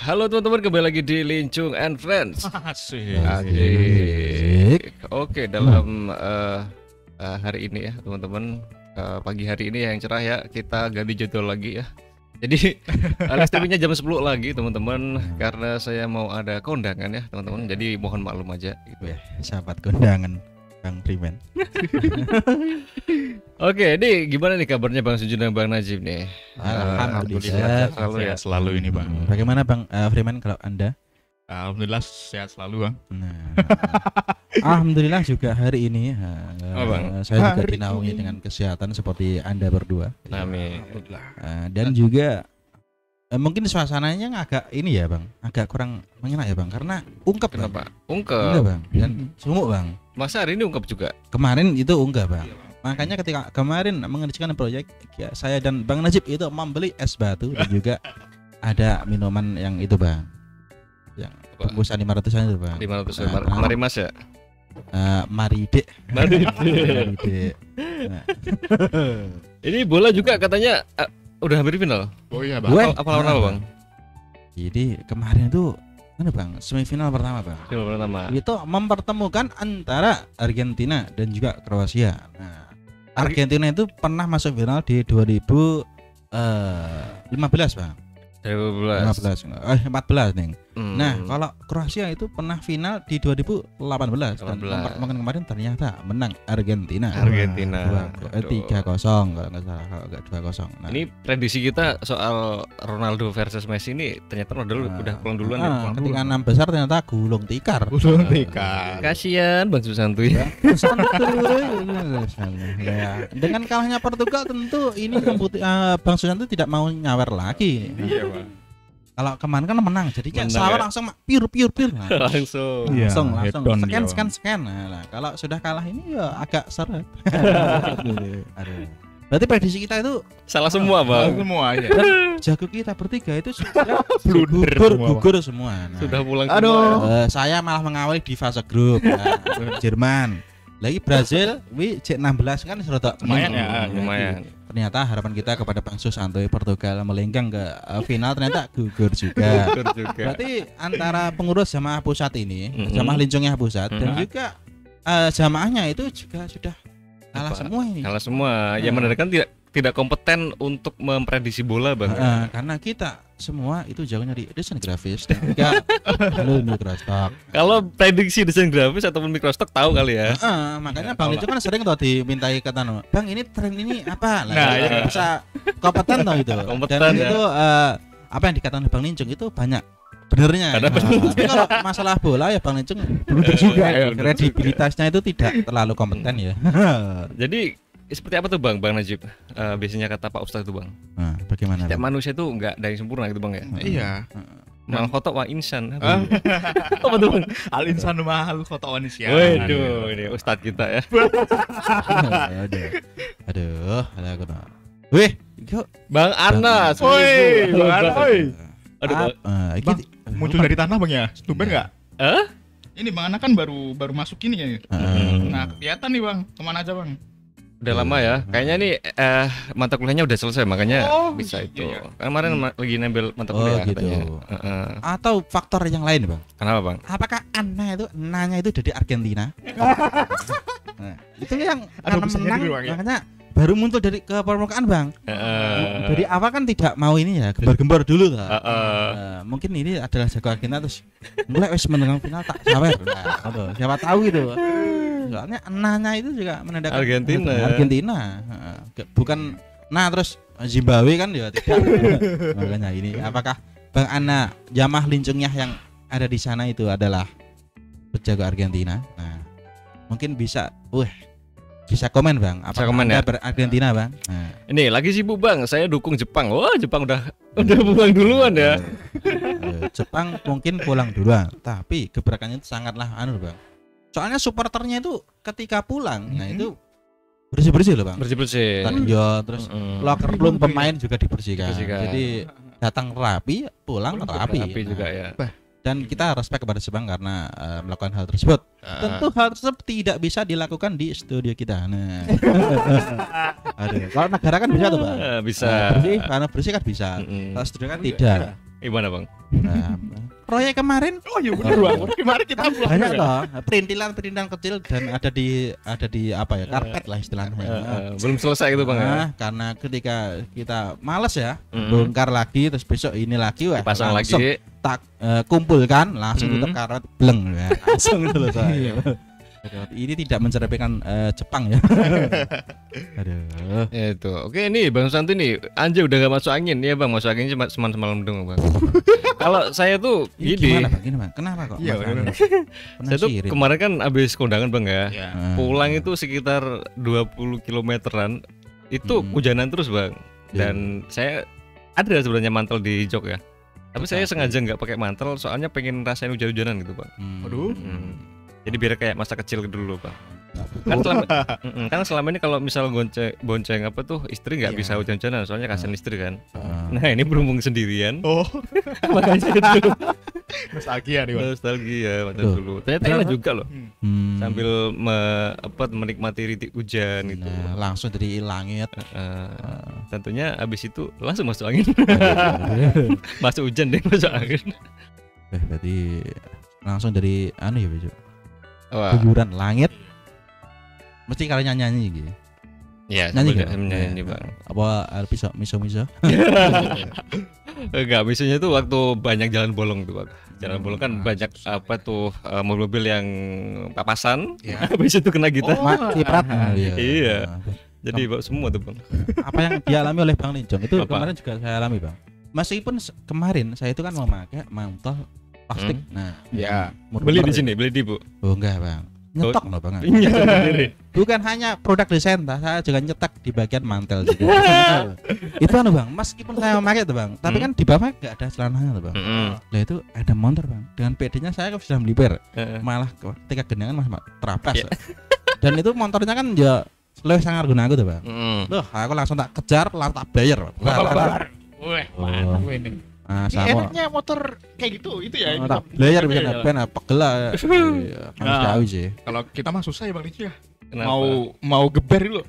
Halo teman-teman, kembali lagi di Lincung and Friends. Asik. Oke, dalam hari ini ya teman-teman, pagi hari ini yang cerah ya, kita ganti jadwal lagi ya. Jadi live streamingnya jam 10 lagi teman-teman, karena saya mau ada kondangan ya teman-teman. Jadi mohon maklum aja gitu. Ya, sahabat kondangan Bang Primen. Oke, ini gimana nih kabarnya Bang Sujun dan Bang Najib nih? Alhamdulillah selalu ya. Selalu ini Bang. Bagaimana Bang Freeman kalau Anda? Alhamdulillah sehat selalu Bang. Nah, alhamdulillah juga hari ini Bang? saya juga dinaungi dengan kesehatan seperti Anda berdua. Amin. Dan juga mungkin suasananya agak ini ya Bang, agak kurang mengenak ya Bang, karena ungkep Bang. Kenapa? Enggak Ungkep. Bang, dan sumuk Bang. Masa hari ini ungkep juga? Kemarin itu enggak Bang. Makanya ketika kemarin mengerjakan proyek ya, saya dan Bang Najib itu membeli es batu dan juga ada minuman yang itu Bang, yang bungkusan 500-an itu Bang. 500 Nah, mari Mas ya. Mari Dek. Mari. Mari Dek. Nah, Ini bola juga katanya udah hampir final. Oh iya Bang. Gue- Apa lawan apa Bang? jadi kemarin itu Bang, semifinal pertama Bang. Final pertama. Itu mempertemukan antara Argentina dan juga Kroasia. Nah, Argentina itu pernah masuk final di 2015 Bang. 2012. 14 nih. Nah, Hmm. kalau Kroasia itu pernah final di 2018 dan 18. mempertemukan kemarin ternyata menang Argentina. Argentina. 3-0 kalau nggak salah, kalau nggak 2-0. Nah, Ini prediksi kita soal Ronaldo versus Messi ini ternyata Ronaldo udah pulang duluan ya. Pulang ketika duluan. 6 besar ternyata gulung tikar. Belum nikah. Kasihan Bang Susantuy. Ya, dengan kalahnya Portugal tentu ini Bang Susanto tidak mau nyawer lagi. Iya Bang. Kalau kemarin kan menang, jadinya Menang, sawah ya? langsung pure. Langsung. Iya, langsung head-on dia, scan. Nah, kalau sudah kalah ini ya agak seret. Aduh. Berarti prediksi kita itu Salah semua Bang. Semua ya. jago kita bertiga itu sudah Blunder semua, gugur semua. Nah, Sudah pulang Aduh. semua. saya malah mengawali di fase grup Jerman. Lagi Brazil, C16 kan serotok Lumayan ya, Lumayan. Ternyata harapan kita kepada Bang Susanto Portugal melenggang ke final ternyata gugur juga. Betul juga. Berarti antara pengurus jamaah pusat ini, Mhm. jamaah lincungnya pusat dan Mhm. juga jamaahnya itu juga sudah kalah Apa? semua ini. Kalah semua. Yang menandakan tidak kompeten untuk memprediksi bola Bang. Karena kita semua itu jagonya di desain grafis dan juga Microsoft. Kalau prediksi desain grafis ataupun Microsoft tahu kali ya. Makanya Bang Lincung kan sering tuh dimintai kata Bang ini tren ini apa? Nah, Kita iya. bisa kompeten tuh itu. Kompeten, Dan ya. itu apa yang dikatakan Bang Lincung itu banyak benernya. Ada Tapi kalau masalah bola ya Bang Lincung blunder juga. Iya, Kredibilitasnya itu tidak terlalu kompeten ya. Jadi seperti apa tuh Bang Najib? Biasanya kata Pak Ustadz itu Bang. Nah, bagaimana? Setiap Bang? manusia itu enggak ada yang sempurna gitu Bang ya. Iya. Mal khotok wa insan. Ah. Apa tuh Bang? Al insanu mahal kota manusia. Waduh, ini Ustadz kita ya. Aduh, ada aku. Wih, kok Bang Anas. Woi, Bang Anas, woi. Aduh, Bang. Bang, muncul dari tanah Bang ya. Tumben enggak? Hah? Ini Bang Ana kan baru masuk ini ya. Nah, kelihatan nih Bang, kemana aja Bang? Udah lama ya. Kayaknya nih mata kuliahnya udah selesai makanya Oh, bisa iya, itu. iya. Kemarin lagi ngambil mata Oh, kuliah gitu. katanya. Heeh. Atau faktor yang lain, Bang? Kenapa Bang? Apakah nanya itu dari Argentina? Nah, itu yang Aduh, karena bisa menang, jadi, Bang, ya. makanya baru muncul dari ke permukaan, Bang. Heeh. Dari awal kan tidak mau ini ya, gembar-gembar dulu tuh. Heeh. Mungkin ini adalah jago Argentina terus mulai wis menang final tak sawer. Nah, aduh, siapa tahu gitu. Soalnya nanya itu juga menandakan Argentina. Bukan terus Zimbabwe kan ya tidak. Makanya ini apakah Bang Ana jamaah lincungnya yang ada di sana itu adalah penjago Argentina? Nah, mungkin bisa komen Bang. Bisa komen Anda ya? Argentina Bang? Nah. Ini lagi sibuk Bang, saya dukung Jepang. Wah, Jepang udah pulang duluan ya. Jepang mungkin pulang duluan, tapi gebrakannya itu sangatlah Bang. Soalnya supporternya itu ketika pulang, nah itu bersih-bersih loh Bang. Bersih-bersih. Stadion terus locker room pemain juga dibersihkan. Dibersihkan. Jadi datang rapi, pulang rapi. Rapi juga ya. Dan kita respect kepada Jepang karena melakukan hal tersebut. Tentu hal tersebut tidak bisa dilakukan di studio kita. Nah. Aduh, kalau negara kan bisa tuh Bang. Bisa. Bersih, karena bersih kan bisa. Kalau studio kan tidak. Gimana Bang? Nah, proyek kemarin Oh iya bener bang. Kemarin kita banyak toh perintilan kecil dan ada di apa ya karpet lah istilahnya. Belum selesai gitu bang ya. Nah, karena ketika kita males ya bongkar lagi terus besok ini lagi wah Pasang langsung lagi. tak kumpulkan langsung tutup karpet bleng ya. Langsung selesai. Aduh, ini tidak mencerminkan Jepang ya. Aduh. Ya itu. Oke ini Bang Santi nih, Anjay udah gak masuk angin ya bang, masuk angin cuma semalam dong bang. Kalau saya tuh Ini gini, gimana Bang? Gini Bang? Kenapa kok? Iya, Mas bener. Anies? saya tuh Penasirin. kemarin kan habis kondangan bang ya, ya. pulang itu sekitar 20 kilometeran, itu hujanan terus bang. Dan saya ada sebenarnya mantel di jok ya, tapi saya sengaja nggak pakai mantel, soalnya pengen rasain hujan-hujanan gitu bang. Waduh. Jadi biar kayak masa kecil dulu bang. Kan selama ini kalau misal bonceng apa tuh istri nggak bisa hujan-hujanan, soalnya kasihan istri kan. Nah ini berhubung sendirian, Oh, makanya itu nostalgia nih bang. nostalgia macam Tuh. dulu. Ternyata enak juga loh, Hmm. sambil menikmati rintik hujan gitu. Nah, langsung dari langit. Tentunya abis itu langsung masuk angin, masuk hujan deh masuk angin. Berarti langsung dari anu ya besok. Wah, Guguran langit. Mesti kalian nyanyi gitu. ya Nyanyi sambil nggak? nyanyi Ya. bang. Apa bisa miso. Enggak, misalnya tuh waktu banyak jalan bolong tuh bang. Jalan bolong kan banyak apa tuh mobil-mobil yang papasan, habis itu kena kita. Ciprat. Iya. Jadi bawa semua tuh bang. Apa yang dialami oleh Bang Linjong itu Apa? kemarin juga saya alami Bang. Meskipun kemarin saya itu kan memakai mantel plastik. Nah, Ya. Beli di sini, beli di bu. oh enggak Bang. Nyetok loh Bang. Iya sendiri. Bukan hanya produk desain, saya juga nyetak di bagian mantel juga. Itu anu Bang, meskipun saya memakai itu Bang, tapi kan di bawah enggak ada celananya tuh Bang. Nah itu ada motor Bang. Dengan PD-nya saya sudah melipir. Malah ketika genangan masih terabas. Dan itu motornya kan ya lebih sangat guna aku tuh Bang. Loh, aku langsung tak kejar, langsung tak bayar. Wah, mantap ini. Nah, Ini sama enaknya motor kayak gitu, itu ya. tak bayar bisa ben pegel lah. Iya, harus Nah. tahu sih. Kalau kita mah susah ya bang Lici ya. Kenapa? Mau geber dulu.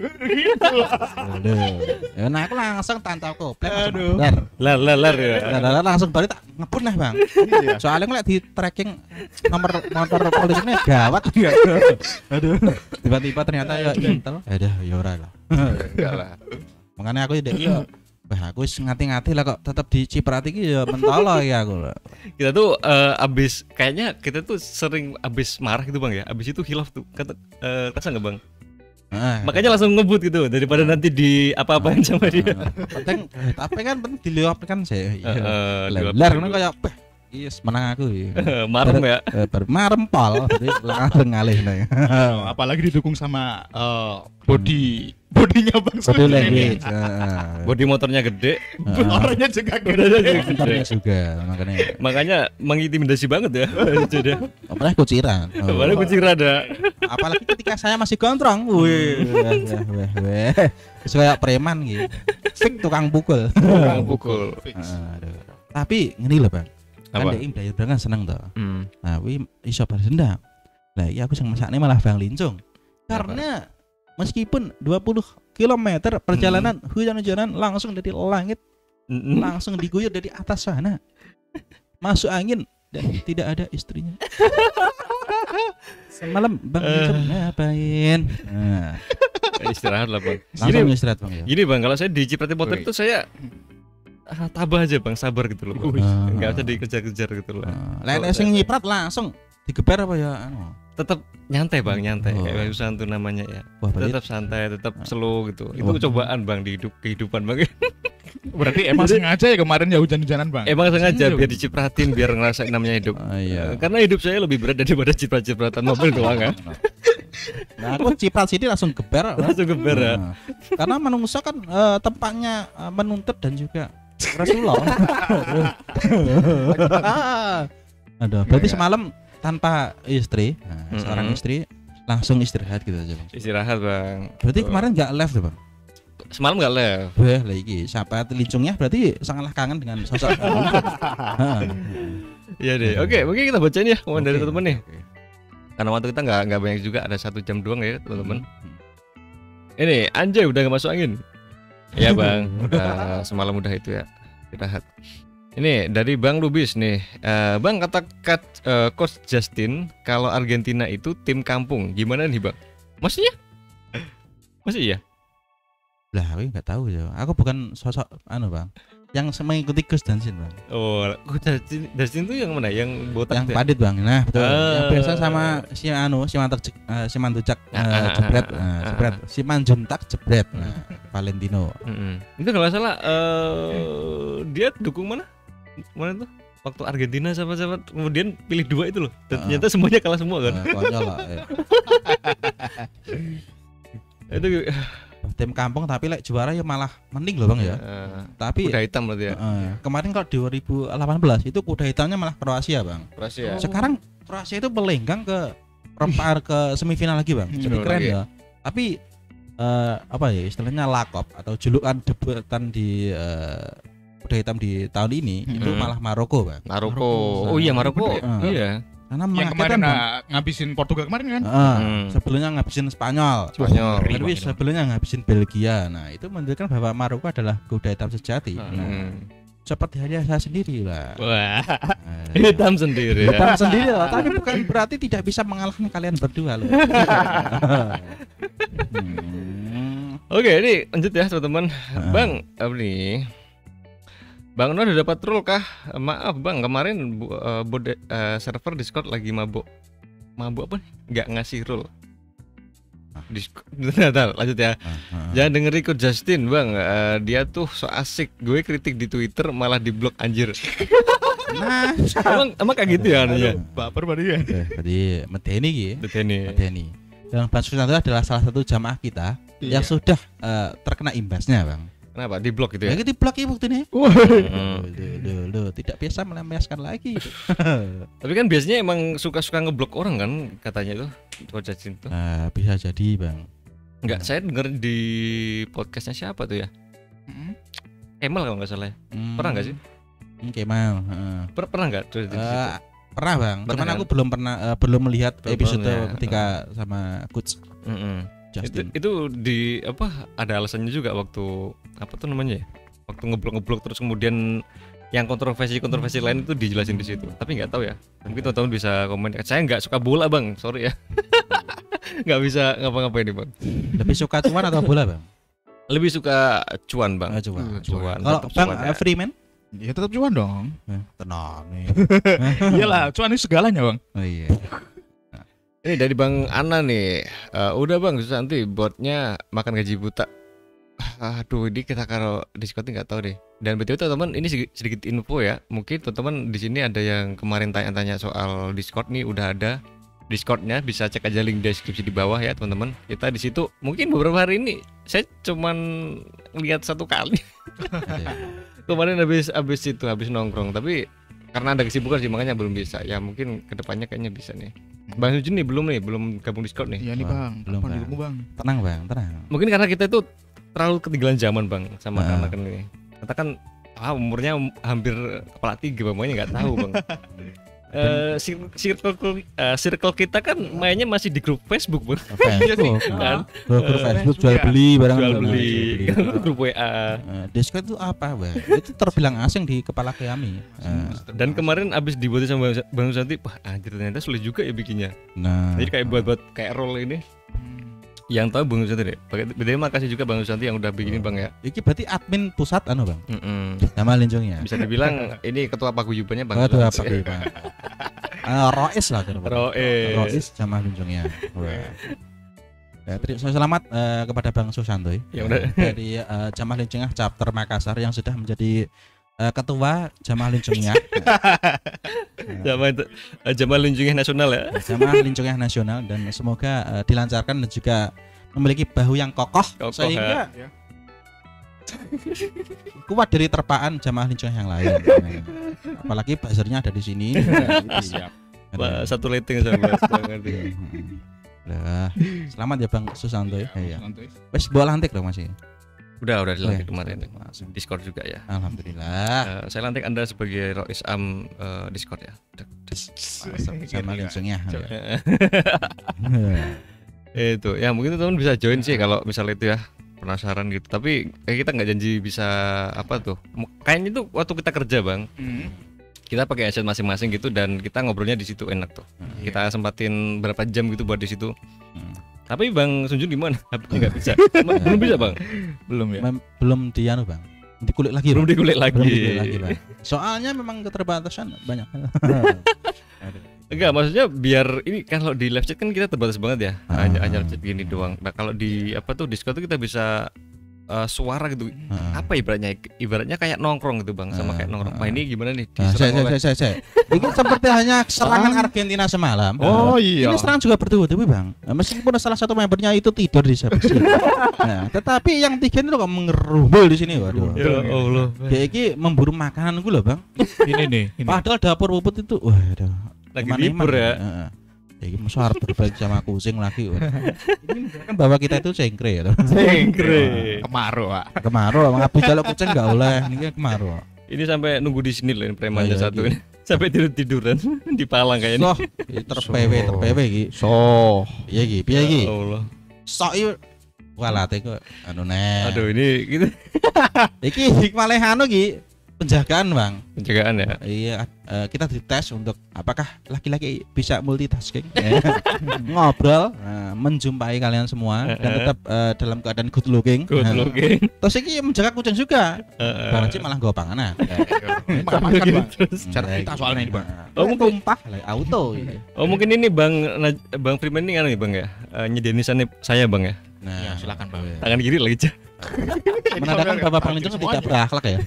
Aduh. Ya, nah aku langsung tantau kopling. Aduh. Lar ya. Nah, langsung balik tak ngebut lah Bang. Soalnya ngeliat di tracking nomor motor polisinya gawat. Aduh. Tiba-tiba ternyata ya Intel. Aduh, ya ora lah. Enggak lah. Makanya aku tidak iya. Wah, aku wis ngati-ngati lah kok tetap diciprat iki ya mentolo ya aku. Kita tuh abis kayaknya kita tuh sering abis marah gitu bang ya. Abis itu hilaf tuh kata rasa nggak bang? Makanya langsung ngebut gitu daripada nanti di apa-apain sama dia. Penting tapi kan penting dilihatkan saya. Dilap Lar dulu. ngono kayak yes menang aku ya. Marem ya. Marempol jadi langsung ngalih nih. Apalagi didukung sama bodinya bang. Body language. Bodi motornya gede, Orangnya juga Motornya juga makanya. makanya mengintimidasi banget ya. Jadi Apalagi kuciran. kemarin kucing rada. Apalagi ketika saya masih gondrong. Wih. Terus kayak preman gitu. Fik tukang pukul. Tukang pukul. Aduh. Tapi ngene lho, Bang. Kan Apa? dhek mblayar kan seneng to. Nah, kuwi iso balas dendam. Lah iya aku sing mesakne malah Bang Linjong. Karena meskipun 20 km perjalanan hujan-hujanan langsung dari langit, langsung diguyur dari atas sana. Masuk angin dan tidak ada istrinya. Semalam Bang Linjong ngapain? Nah, Istirahat lah bang. langsung Gini, istirahat Bang ya. gini bang, kalau saya diciprati motor itu saya tabah aja bang, sabar gitu loh bang. Nggak usah dikejar-kejar gitu loh. Lain sing nyiprat langsung digeber apa ya anu. Tetap nyantai bang, nyantai. Oh. Kayak Susanto namanya ya. Wah, berarti Tetap santai, tetap slow gitu. Itu Oh. cobaan bang di kehidupan bang. Berarti emang sengaja ya kemarin ya hujan-hujanan bang. Emang sengaja biar dicipratin, biar ngerasain namanya hidup. iya. Karena hidup saya lebih berat daripada ciprat-cipratan mobil doang kan. Nah, aku ciprat sini langsung geber. Langsung geber ya. Nah, karena manusia kan tempatnya menuntut dan juga Rasulullah. Aduh, berarti semalam tanpa istri, seorang istri langsung istirahat gitu aja bang. Istirahat bang. Berarti kemarin nggak live tuh bang? Semalam nggak live. Wah lagi siapa lincungnya berarti sangatlah kangen dengan sosok. Iya deh. Oke, mungkin kita bacain ya komen dari Oke, teman-teman nih. oke. Karena waktu kita nggak banyak juga, ada 1 jam doang ya teman-teman. Ini Anjay udah gak masuk angin. Iya bang, udah semalam udah itu ya istirahat. Ini dari Bang Lubis nih. Bang, kata Coach Justin kalau Argentina itu tim kampung. Gimana nih, Bang? Maksudnya? Masih iya? Lah, aku nggak tahu ya. Aku bukan sosok Bang, yang mengikuti Coach Justin, Bang. Oh, Coach Justin itu yang mana? Yang botak Yang itu ya? Padit, Bang. Nah, betul. Yang biasa sama si Simanjuntak jebret. Jebret. Simanjuntak jebret. Nah, Valentino. Itu kalau nggak salah dia dukung mana? Mana tuh? Waktu Argentina sama kemudian pilih 2 itu loh. Dan ternyata semuanya kalah semua kan. Konyol lah. Itu tim kampung tapi juara ya malah mending loh, Bang ya. Tapi kuda hitam berarti ya. Kemarin kalau 2018 itu kuda hitamnya malah Kroasia, Bang. Kroasia. Sekarang Kroasia itu melenggang ke semifinal lagi, Bang. Jadi keren ya. Tapi apa ya istilahnya lakop atau julukan debutan di kuda hitam di tahun ini itu malah Maroko, Bang. Maroko. Oh iya, Maroko. Iya. Karena yang kemarin ngabisin Portugal kemarin kan? Sebelumnya ngabisin Spanyol. Tapi sebelumnya ngabisin Belgia. Nah, itu menunjukkan bahwa Maroko adalah kuda hitam sejati. Nah, seperti halnya saya sendiri lah. Wah. Hitam sendiri. Hitam sendiri lah, tapi bukan berarti tidak bisa mengalahkan kalian berdua loh. Oke, ini lanjut ya teman-teman. Bang, apa nih? Bang Noah udah dapat rule kah? Maaf Bang, kemarin server Discord lagi mabuk apa nih? Nggak ngasih rule. Discord. Lanjut ya. Jangan dengerin Coach Justin Bang, dia tuh so asik. Gue kritik di Twitter malah diblok anjir. Nah, emang kayak gitu ya anunya. Baper berarti ya. Tadi Medeni gitu. Medeni. Yang Bang Susanto adalah salah satu jamaah kita yang sudah terkena imbasnya, Bang. Kenapa? Di blok gitu ya? Ya di blok ya bukti nih. Loh, tidak bisa melampiaskan lagi. Tapi kan biasanya emang suka-suka ngeblok orang kan katanya tuh Coach Justin tuh. Bisa jadi Bang. Enggak, saya denger di podcastnya siapa tuh ya? Kemal kalau nggak salah ya. Pernah nggak sih? Kemal. Pernah nggak? Pernah Bang. Cuman kan? Aku belum melihat episode ketika sama Coach. Itu di apa ada alasannya juga waktu apa tuh namanya ya, waktu ngeblok terus kemudian yang kontroversi lain itu dijelasin di situ, tapi nggak tahu ya, mungkin teman-teman bisa komen. Saya nggak suka bola Bang, sorry ya. Nggak bisa ngapa-ngapain nih Bang. Lebih suka cuan atau bola Bang? Lebih suka cuan Bang. Cuan. Kalau Bang Freeman ya tetap cuan dong. Tenang nih. Iyalah, cuan itu segalanya Bang. Oh iya. Ini dari Bang Ana nih, udah Bang nanti botnya makan gaji buta. Aduh, ini kita kalau Discord nggak tahu deh. Dan betul teman-teman, ini sedikit info ya. Mungkin teman-teman di sini ada yang kemarin tanya-tanya soal Discord nih, udah ada Discordnya, bisa cek aja link deskripsi di bawah ya teman-teman. Kita di situ mungkin beberapa hari ini saya cuman lihat 1 kali. Kemarin habis nongkrong, tapi karena ada kesibukan sih makanya belum bisa. Ya mungkin kedepannya kayaknya bisa nih. Bang Sujun nih belum gabung Discord nih. Iya nih Bang, belum Bang. Tenang Bang. Mungkin karena kita itu terlalu ketinggalan zaman Bang sama anak ini. Kita kan umurnya hampir kepala 3 makanya nggak tahu Bang. Circle kita kan mainnya masih di grup Facebook Bang. Facebook kan. Grup Facebook jual beli barang grup WA. Discord itu apa Bang? Itu terbilang asing di kepala kami. Dan kemarin abis dibuatin sama Bang Santi, wah anjir ternyata sulit juga ya bikinnya. Nah, jadi kayak buat kayak role ini. Yang tahu Bang Santi deh. Bedanya makasih juga Bang Santi yang udah bikinin Bang ya. Iki berarti admin pusat Bang. Nama linjungnya. Bisa dibilang ini ketua paguyubannya Bang. Ketua paguyuban. Rois lah kan. Rois sama linjungnya. Selamat kepada Bang Susanto ya, dari Jamaah Lincengah chapter Makassar yang sudah menjadi ketua Jamaah Lincengah. Jamaah Lincengah nasional ya. Jamaah Lincengah nasional, dan semoga dilancarkan dan juga memiliki bahu yang kokoh sehingga kuat dari terpaan Jamaah Lincengah yang lain. Apalagi buzzernya ada di sini. Siap. Satu rating sama selamat ya Bang Susanto ya. Wes bola lantik dong masih. Udah dilantik kemarin. Discord juga ya. Alhamdulillah. Saya lantik Anda sebagai Rois Am Discord ya. Sama lincengnya. Itu ya mungkin teman-teman bisa join sih kalau misalnya itu ya. penasaran gitu. Tapi kita nggak janji bisa apa tuh. Kayaknya itu waktu kita kerja bang, kita pakai headset masing-masing gitu dan kita ngobrolnya di situ enak tuh. Kita sempatin berapa jam gitu buat di situ. Tapi Bang Sunjun gimana? HP-nya nggak bisa. Belum bisa bang? Belum ya. Belum dianu bang. Dikulik lagi. Belum dikulik lagi. Bang. Soalnya memang keterbatasan banyak. Enggak, maksudnya biar ini kan kalau di live chat kan kita terbatas banget ya. Hanya chat gini doang. Nah, kalau di apa tuh Discord tuh kita bisa suara gitu. Apa ibaratnya kayak nongkrong gitu Bang, sama kayak nongkrong. Nah, ini gimana nih? Saya. Ini seperti hanya serangan Argentina semalam. Oh iya. Ini serangan juga bertubi-tubi Bang. Meskipun salah satu membernya itu tidur di sebelah sini. Nah, tetapi yang tiga itu kok mengerumbul di sini, waduh. Ya Allah. Kayak ini memburu makanan gue loh Bang. Ini. Padahal dapur puput itu, waduh. Lagi libur ya. Jadi masa harus berbaik sama kucing lagi. Ini kan bahwa kita itu cengkre ya. Cengkre. Kemarau, Pak. Kemarau, ngabis kalau kucing enggak boleh. Ini kan kemarau. Ini sampai nunggu di sini loh premannya satu ini. Sampai tiduran di palang kayaknya. Terpewe iki. Iya iki, piye iki? Allah. Sok iki walate kok anu nek. Aduh ini gitu. Iki malah anu iki penjagaan Bang. Penjagaan ya. Iya, kita dites untuk apakah laki-laki bisa multitasking. Ngobrol, menjumpai kalian semua dan tetap dalam keadaan good looking. Terus iki menjaga kucing juga. Bang Haji malah nggo panganan. Makan cara kita soalnya ini Bang. Tumpah auto. Oh mungkin ini Bang Freeman ini kan nih Bang ya. Nyediain saya Bang ya. Nah, ya, silakan Bang. Tangan kiri lagi aja. Menandakan Bapak Bang Lincong tidak berakhlak ya.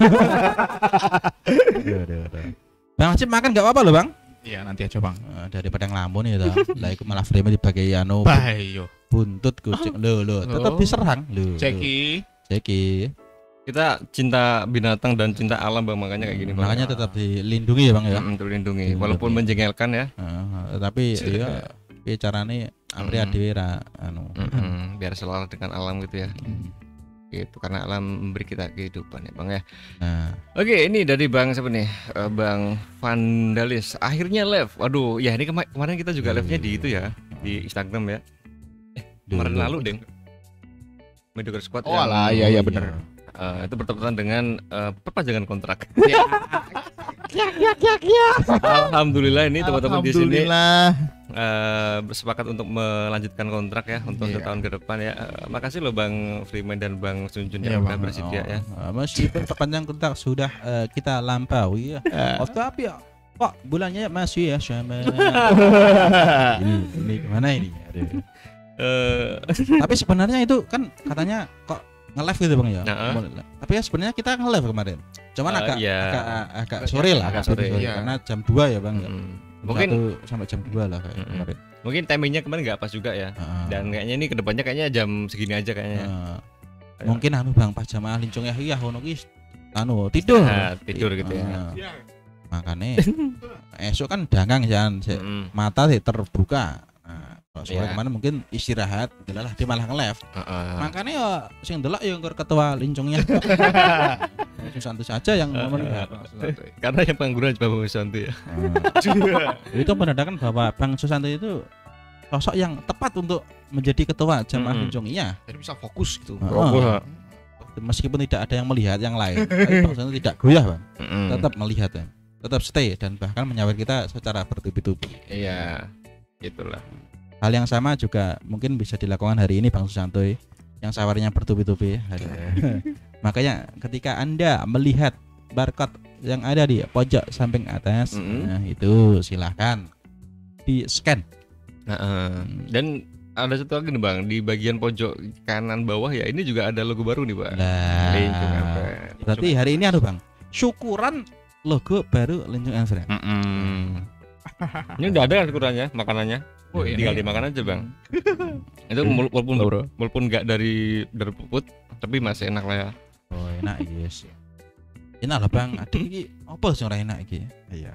Bang Acip makan enggak apa-apa loh Bang. Iya nanti aja Bang. Daripada ngelamun ya toh. Lah iku malah frame dipakai anu. Bayo. Buntut kucing. Loh, tetap diserang lho. Ceki. Kita cinta binatang dan cinta alam Bang, makanya kayak gini Bang. Makanya tetap dilindungi ya Bang ya. Dilindungi walaupun menjengkelkan ya. Tapi iya piye carane amri dhewe ra anu. Biar selaras dengan alam gitu ya. Gitu karena alam memberi kita kehidupan ya Bang ya. Nah. Oke, ini dari Bang siapa nih? Bang Vandalis. Akhirnya live. Waduh, ya ini kemarin kita juga live-nya di itu ya, di Instagram ya. Kemarin lalu, Deng. Mediocre Squad. Oh alah, iya benar. Itu bertepatan dengan perpanjangan kontrak. Ya. Alhamdulillah ini teman-teman di sini bersepakat untuk melanjutkan kontrak ya untuk setahun ke depan ya. Makasih loh Bang Freeman dan Bang Sunjun yang sudah bersedia ya. Meskipun perpanjangan kontrak sudah kita lampaui ya. Tapi kok bulannya masih ya sama. Ini gimana ini? Tapi sebenarnya itu kan katanya kok nge-live gitu Bang ya. Tapi ya sebenarnya kita nge-live kemarin. Cuman agak sore lah, agak sore. Karena jam 2 ya Bang. Mungkin 1 sampai jam 2 lah kayak kemarin. Mungkin timingnya kemarin nggak pas juga ya. Dan kayaknya ini kedepannya kayaknya jam segini aja kayaknya. Mungkin anu Bang pas jamaah lincung ya ngono ki anu tidur. Tidur gitu ya. Makanya esok kan dangang jangan mata terbuka. Soalnya kemana mungkin istirahat, adalah dia malah nge-live. Makanya ya sing delok ya ketua lincungnya. Santu saja yang melihat. Karena yang pengangguran Bang Susanto ya. Itu menandakan bahwa Bang Susanto itu sosok yang tepat untuk menjadi ketua jamaah lincung iya. Jadi bisa fokus gitu. Meskipun tidak ada yang melihat yang lain, Bang Susanto tidak goyah Bang. Tetap melihat ya. Tetap stay dan bahkan menyawar kita secara bertubi-tubi. Iya, itulah. Hal yang sama juga mungkin bisa dilakukan hari ini Bang Susanto yang sawarnya bertubi-tubi. Makanya ketika Anda melihat barcode yang ada di pojok samping atas, nah itu silahkan di scan. Dan ada satu lagi nih Bang, di bagian pojok kanan bawah ya ini juga ada logo baru nih Bang. Lincung FM. Berarti hari ini Bang, syukuran logo baru Lincung FM. Ini udah ada kan ukurannya, makanannya. Tinggal dimakan aja Bang. Itu walaupun nggak dari puput, tapi masih enak lah ya. Oh enak yes. Enak lah Bang. Adik ini apa sih orang enak iki? Iya.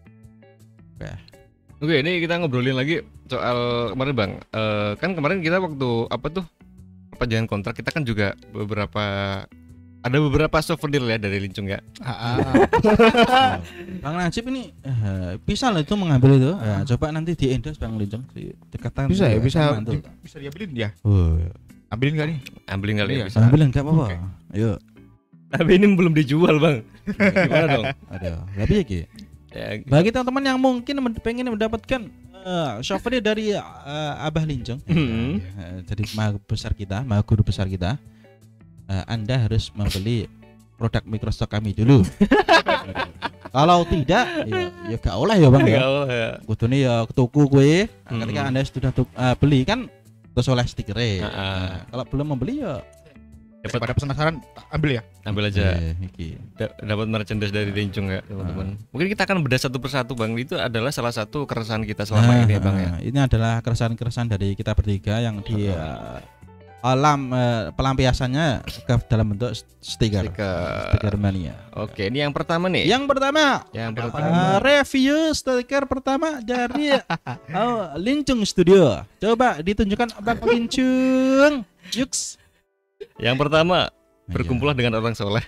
Oke, ini kita ngobrolin lagi soal kemarin Bang. Kan kemarin kita waktu apa tuh perpanjangan kontrak kita kan juga ada beberapa souvenir ya dari Lincung ya. Bang Najib ini bisa lah itu mengambil itu. Coba nanti di endorse Bang Lincung dekatan. Bisa ya, bisa diambilin ya. Ambilin nggak nih? Ambilin kali ya Iya. bisa. Ambil enggak apa-apa. Oke. Ayo. Tapi ini belum dijual bang. Gimana dong? Aduh, tapi ya Ki. Ya, Bagi teman-teman yang mungkin pengen mendapatkan souvenir dari Abah Linjong, jadi maha guru besar kita, Anda harus membeli produk Microstock kami dulu. Kalau tidak, ya gak oleh ya bang ya. nggak boleh ya. Kudune ya ke tuku kue. Ketika Anda sudah beli kan terus oleh stikernya. Kalau belum membeli ya Daripada penasaran, ambil ya. Ambil aja. iki. Dapat merchandise dari Linjong ya teman-teman. Mungkin kita akan bedah satu persatu bang. Itu adalah salah satu keresahan kita selama ini bang ya. Ini adalah keresahan-keresahan dari kita bertiga yang di alam pelampiasannya ke dalam bentuk stiker mania. Oke, ini yang pertama nih. Yang pertama, review stiker pertama dari Linjong Studio. Coba ditunjukkan Bang Linjong. Yuks. Yang pertama, berkumpullah dengan orang soleh.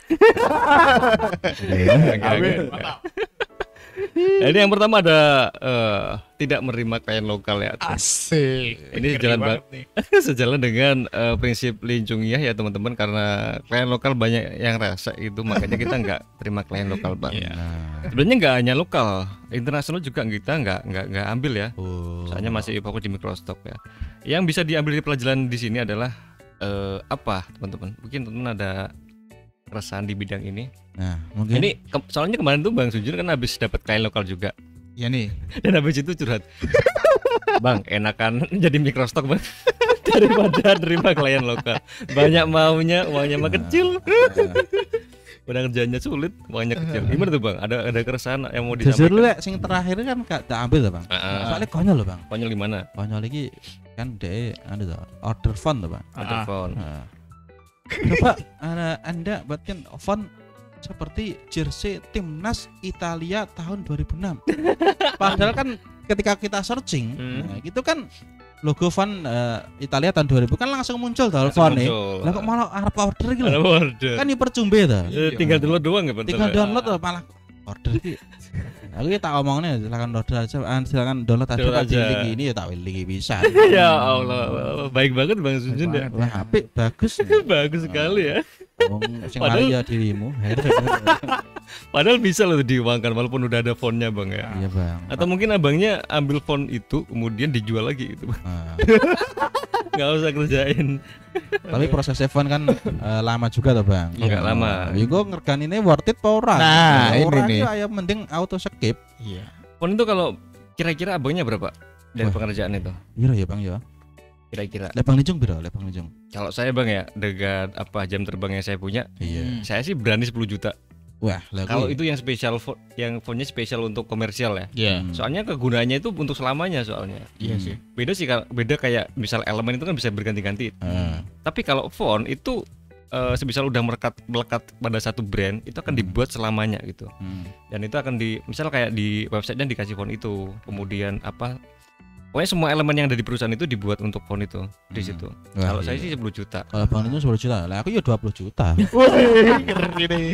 Amin. Mantap. Jadi yang pertama ada tidak menerima klien lokal ya. Asik. Ini sejalan dengan prinsip Linjongiyah ya teman-teman, karena klien lokal banyak yang rasa itu, makanya kita nggak terima klien lokal bang. Sebenarnya nggak hanya lokal, internasional juga kita nggak ambil ya. Soalnya masih fokus di Microstock ya. Yang bisa diambil di pelajaran di sini adalah apa teman-teman? Mungkin teman-teman ada keresahan di bidang ini. Nah, mungkin Ini soalnya kemarin tuh Bang Sujun kan habis dapat klien lokal juga. Ya nih. Dan habis itu curhat. Bang, enakan jadi Microstock bang daripada terima klien lokal. Banyak maunya, uangnya mah kecil. Udah kerjanya sulit, uangnya kecil. Gimana tuh bang? Ada keresahan yang mau jujur disampaikan? lu sing terakhir kan gak tak ambil tuh bang. Soalnya konyol loh bang. Konyol gimana? Konyol lagi kan dia order font tuh bang. Ada phone. Coba Anda buatkan font seperti jersey timnas Italia tahun 2006. Padahal kan ketika kita searching, itu kan logo font Italia tahun 2000 kan langsung muncul tuh fontnya. Lah kok malah arep order gitu loh. Kan dipercumbe tuh. Tinggal download doang nggak betul? Tinggal download tuh malah order iki. Aku tak omongnya silakan order aja, silakan download aja di link ini ya tak link bisa. Ya Allah, baik banget Bang Sujun ya. Wah, apik bagus. Bagus sekali ya. Sing mari ya dirimu. Padahal bisa loh diuangkan walaupun udah ada fontnya bang ya. Iya bang. Atau mungkin abangnya ambil font itu kemudian dijual lagi gitu bang. Nggak usah kerjain. Tapi proses font kan lama juga tuh bang. Nggak lama. Ya gue ngergan ini worth it apa ora? Nah, ini orang nih. itu ayo mending auto skip. Iya. Font itu kalau kira-kira abangnya berapa dari pengerjaan itu? Iya ya bang ya. Kira-kira. Lepang Linjong biro, Lepang Linjong. Kalau saya bang ya dengan apa jam terbang yang saya punya, Iya. saya sih berani 10 juta. Wah, lah Kalau gue. itu yang spesial, yang fontnya spesial untuk komersial ya. Iya. Soalnya kegunaannya itu untuk selamanya soalnya. Iya sih. Beda sih, beda kayak misal elemen itu kan bisa berganti-ganti. Heeh. Tapi kalau font itu semisal udah melekat pada satu brand itu akan dibuat selamanya gitu. Dan itu akan misal kayak di websitenya dikasih font itu, kemudian apa? Pokoknya semua elemen yang ada di perusahaan itu dibuat untuk font itu di situ. Wah, Kalau saya iya. sih 10 juta. Kalau Bang Linjong 10 juta, lah aku ya 20 juta. Wih, keren ini.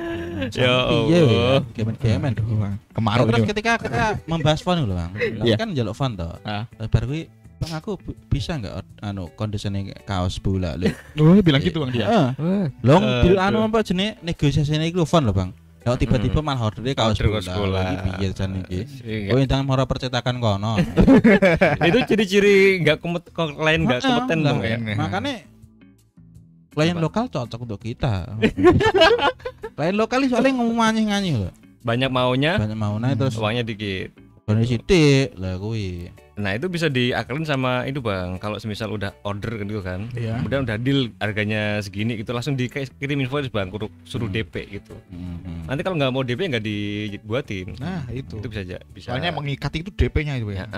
Ya Iya, Allah. kemen-kemen. Kemarin Terus ini. ketika kita membahas font lho Bang. Iya. Kan njaluk font to. Ah. Baru kuwi Bang aku bisa enggak kondisinya kaos bola lho. Oh, bilang gitu Bang dia. Heeh. Long bil Aduh. apa jenenge negosiasinya iku font lho Bang. Kalau tiba-tiba malah ordernya kaos Order kaos bola. bola. Iki piye jan iki? Iya. Oh, indang mora percetakan kono. Itu ciri-ciri klien nggak kompeten Lah, dong ya. Makanya klien lokal cocok untuk kita. Klien lokal soalnya ngomong-nganyih loh. Banyak maunya, Banyak mau naik terus uangnya dikit. bonus sithik lah kuwi. Nah itu bisa diakalin sama itu bang. Kalau semisal udah order gitu kan, Iya. kemudian udah deal harganya segini gitu, langsung dikirim invoice bang, suruh DP gitu. Nanti kalau nggak mau DP nggak dibuatin. Nah, itu. Itu bisa aja. Bisa. Soalnya mengikat itu DP-nya itu Ya, ya.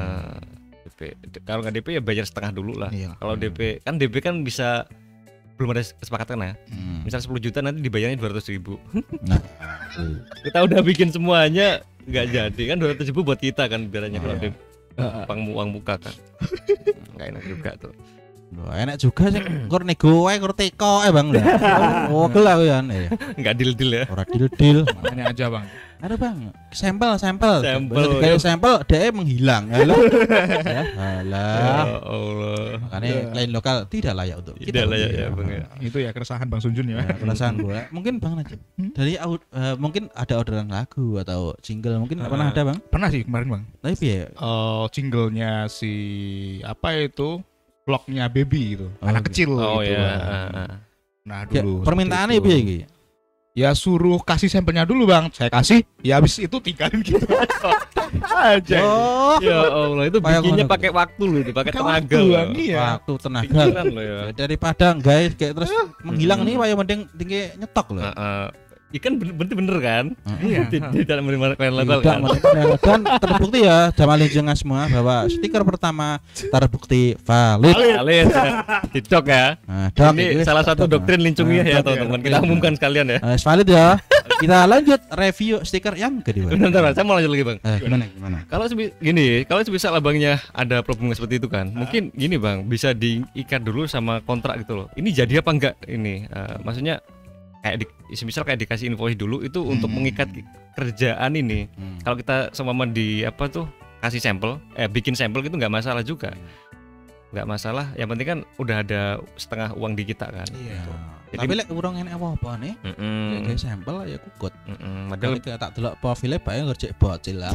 DP. Kalau nggak DP ya bayar setengah dulu lah. Iya. Kalau DP kan bisa belum ada kesepakatan ya. Misal 10 juta nanti dibayarnya 200.000. Nah, Kita udah bikin semuanya nggak jadi kan 200.000 buat kita kan biarnya kalau Iya. uang muka kan. Nggak enak juga tuh. Loh, enak juga sih kur nego wae kur teko Bang. Oh, gel aku ya. Enggak deal-deal ya. Ora deal-deal. Makanya aja Bang. Ada Bang, sampel. Sampel. Kayak sampel dia menghilang. Halo. Ya, halah. Ya Allah. Makanya klien lokal tidak layak untuk Tidak layak ya Bang ya. Itu ya keresahan Bang Sunjun ya. Ya, perasaan gue. Mungkin Bang Najib dari mungkin ada orderan lagu atau single mungkin pernah ada Bang? Pernah sih kemarin Bang. Tapi ya Jinglenya si apa itu? Vlognya Baby itu. Anak kecil Oh gitu. ya. Nah, ya, dulu. permintaannya seperti piye itu. iki? Ya suruh kasih sampelnya dulu Bang. Saya kasih, ya habis itu tinggalin gitu aja. Oh, Ya Allah, itu Kayak bikinnya ngono. pakai waktu loh, itu pakai Pakai tenaga. waktu, loh. Bang, iya. waktu tenaga. Pikiran loh ya. Daripada guys kayak terus menghilang nih wae mending tinggi nyetok loh. Ikan bener kan? Iya. Tidak menerima klien lokal Tidak kan? menemukan. Dan terbukti ya Jamalin jenengan semua bahwa stiker pertama terbukti valid. Kalian TikTok ya. Nah, dok, Ini ini salah satu dok. doktrin lincungnya ya Dok, teman-teman. ya. Kita umumkan sekalian ya. Valid ya. Kita lanjut review stiker yang kedua. Bentar, saya mau lanjut lagi bang. Gimana? Kalau gini, kalau bisa abangnya ada problem seperti itu kan, mungkin gini bang, bisa diikat dulu sama kontrak gitu loh. Ini jadi apa enggak ini? Maksudnya kayak misal kayak dikasih invoice dulu itu untuk mengikat kerjaan ini. Kalau kita sama di apa tuh kasih sampel, bikin sampel gitu nggak masalah juga, nggak masalah. Yang penting kan udah ada setengah uang di kita kan. Iya. Jadi- Tapi lek urung enek apa-apa nih. Kayak sampel ya kukut. Padahal Padahal kayak tak delok profile bae ngerjek bocil lah.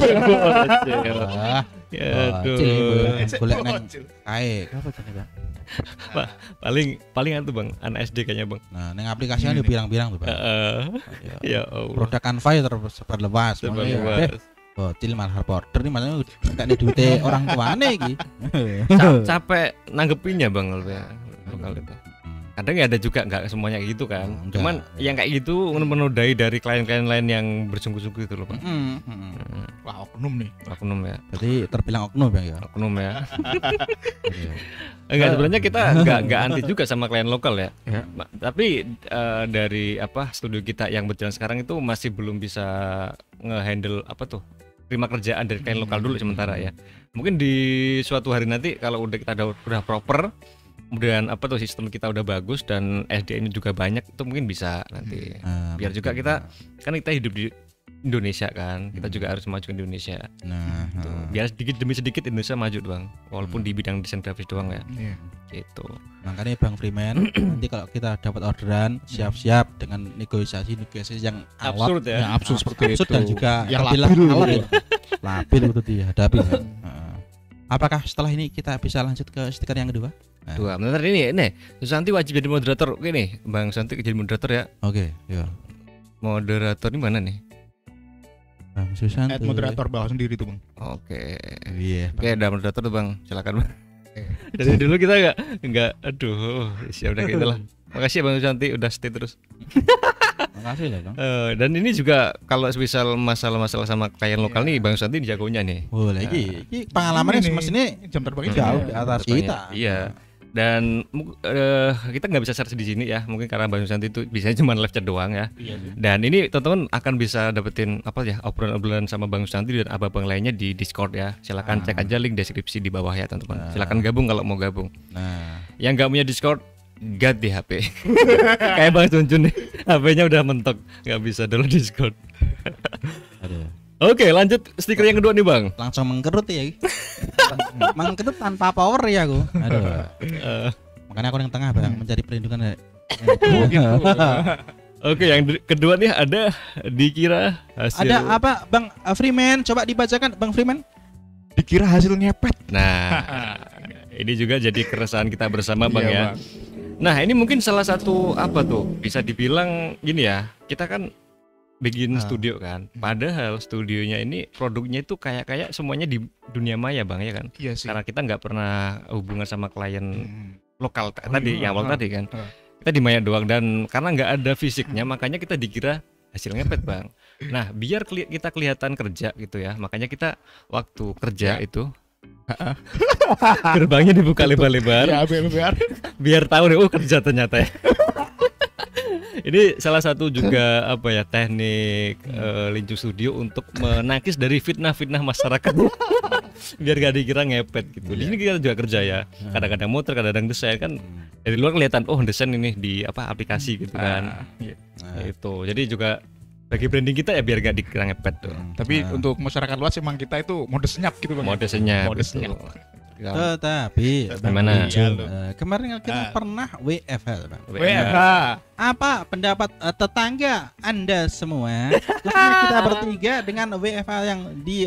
Wah, ya, bocil aduh. golek nang kae. Apa jenenge, Bang? paling itu bang, anak SD kayaknya bang. Nah, nang aplikasi kan pirang-pirang tuh, Bang. Ya. Ya Allah. Produk Canva ya tersebar luas. Coba Makanya, luas. bocil malah reporter nih makanya kakek duite orang tuane iki. Capek nanggepinnya bang lokal itu. Kadang ya ada juga nggak semuanya kayak gitu kan. Enggak. Cuman yang kayak gitu menodai dari klien-klien lain yang bersungguh-sungguh itu loh bang. Wah, oknum nih. Oknum ya, Berarti terbilang oknum Bang ya. oknum ya. Enggak, sebenarnya kita nggak anti juga sama klien lokal ya. Tapi dari apa studio kita yang berjalan sekarang itu masih belum bisa ngehandle apa tuh terima kerjaan dari klien lokal dulu sementara ya. Mungkin di suatu hari nanti kalau kita udah proper, kemudian apa tuh sistem kita udah bagus dan SDM juga banyak, itu mungkin bisa nanti. Biar juga kita kan kita hidup di Indonesia kan, kita juga harus maju ke Indonesia. Nah, Biar sedikit demi sedikit Indonesia maju bang, walaupun di bidang desain grafis doang ya. Iya. Gitu. makanya Bang Freeman nanti kalau kita dapat orderan siap-siap dengan negosiasi yang alot, Absurd ya. Ya, absurd seperti absurd itu. dan juga yang terbilang labil alot gitu. ya. Labil itu dihadapi kan. Apakah setelah ini kita bisa lanjut ke stiker yang kedua? Dua, bentar ini Susanti wajib jadi moderator. Oke nih, Bang Susanti jadi moderator ya. Oke, ya. Moderator ini mana nih? Bang Susanto. Moderator bawah sendiri tuh Bang. Oke. Iya. Oke, ada moderator tuh Bang. Silakan Bang. Dari dulu kita enggak aduh, siap udah gitu lah. Makasih ya Bang Susanti udah stay terus. Makasih lah, Bang. Dan ini juga kalau misal masalah-masalah sama klien lokal nih Bang Susanti jagonya nih. Oh, lagi. Ini pengalamannya Ini semestinya jam terbangnya jauh di atas kita. Iya. Dan kita nggak bisa search di sini ya, mungkin karena Bang Susanti itu bisa cuma live chat doang ya. Dan ini teman-teman akan bisa dapetin apa ya obrolan-obrolan sama Bang Susanti dan abang-abang lainnya di Discord ya. Silakan cek aja link deskripsi di bawah ya teman-teman. Silakan gabung kalau mau gabung. Nah, Yang nggak punya Discord, gat di HP. Kayak Bang Junjun nih, HP-nya udah mentok, nggak bisa download Discord. aduh. Oke, lanjut stiker yang kedua nih Bang. Langsung mengkerut ya. Mengkerut tanpa power ya aku. Aduh. Makanya aku yang tengah Bang mencari perlindungan. Oke, yang kedua nih ada dikira hasil. Ada apa Bang Freeman? Coba dibacakan Bang Freeman. Dikira hasil ngepet. Nah, ini juga jadi keresahan kita bersama Bang Iya, ya. Bang. Nah, ini mungkin salah satu apa tuh? Bisa dibilang gini ya. Kita kan bikin studio kan. Padahal studionya ini produknya itu kayak semuanya di dunia maya Bang ya kan. Iya sih. Karena kita nggak pernah hubungan sama klien lokal Oh, tadi iya. yang awal tadi kan. Ah. Kita di maya doang dan karena nggak ada fisiknya makanya kita dikira hasil ngepet Bang. Nah, biar kita kelihatan kerja gitu ya. Makanya kita waktu kerja itu gerbangnya dibuka lebar-lebar Ya, biar biar tahu nih kerja ternyata ya. Ini salah satu juga apa ya teknik Lincu Studio untuk menangkis dari fitnah-fitnah masyarakat. Biar gak dikira ngepet gitu. Di sini kita juga kerja ya. Kadang-kadang motor, kadang-kadang desain kan dari luar kelihatan oh desain ini di apa aplikasi gitu kan. Itu. Jadi juga bagi branding kita ya biar gak dikira ngepet tuh. Tapi untuk masyarakat luas emang kita itu mode senyap gitu bang. Mode senyap. Mode senyap. Tetapi Gimana? kemarin kita pernah WFH Bang. WFH. Apa pendapat tetangga Anda semua? Khususnya kita bertiga dengan WFH yang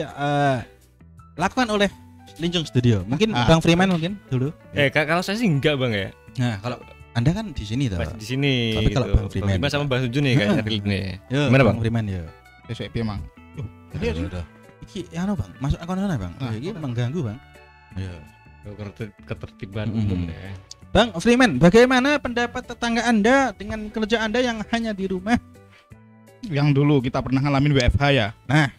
dilakukan oleh Lincung Studio. Mungkin Bang Freeman mungkin dulu. Kalau saya sih enggak bang ya. Nah kalau Anda kan di sini toh. Masih di sini. Tapi kalau Bang Freeman sama Bang Sunjun nih kayaknya real nih. Gimana Bang Freeman ya? SWP emang. Jadi iki anu Bang, masuk akun mana Bang? Iki mengganggu Bang. Ya. Ketertiban umum ya. Bang Freeman, bagaimana pendapat tetangga Anda dengan kerja Anda yang hanya di rumah? Yang dulu kita pernah ngalamin WFH ya. Nah,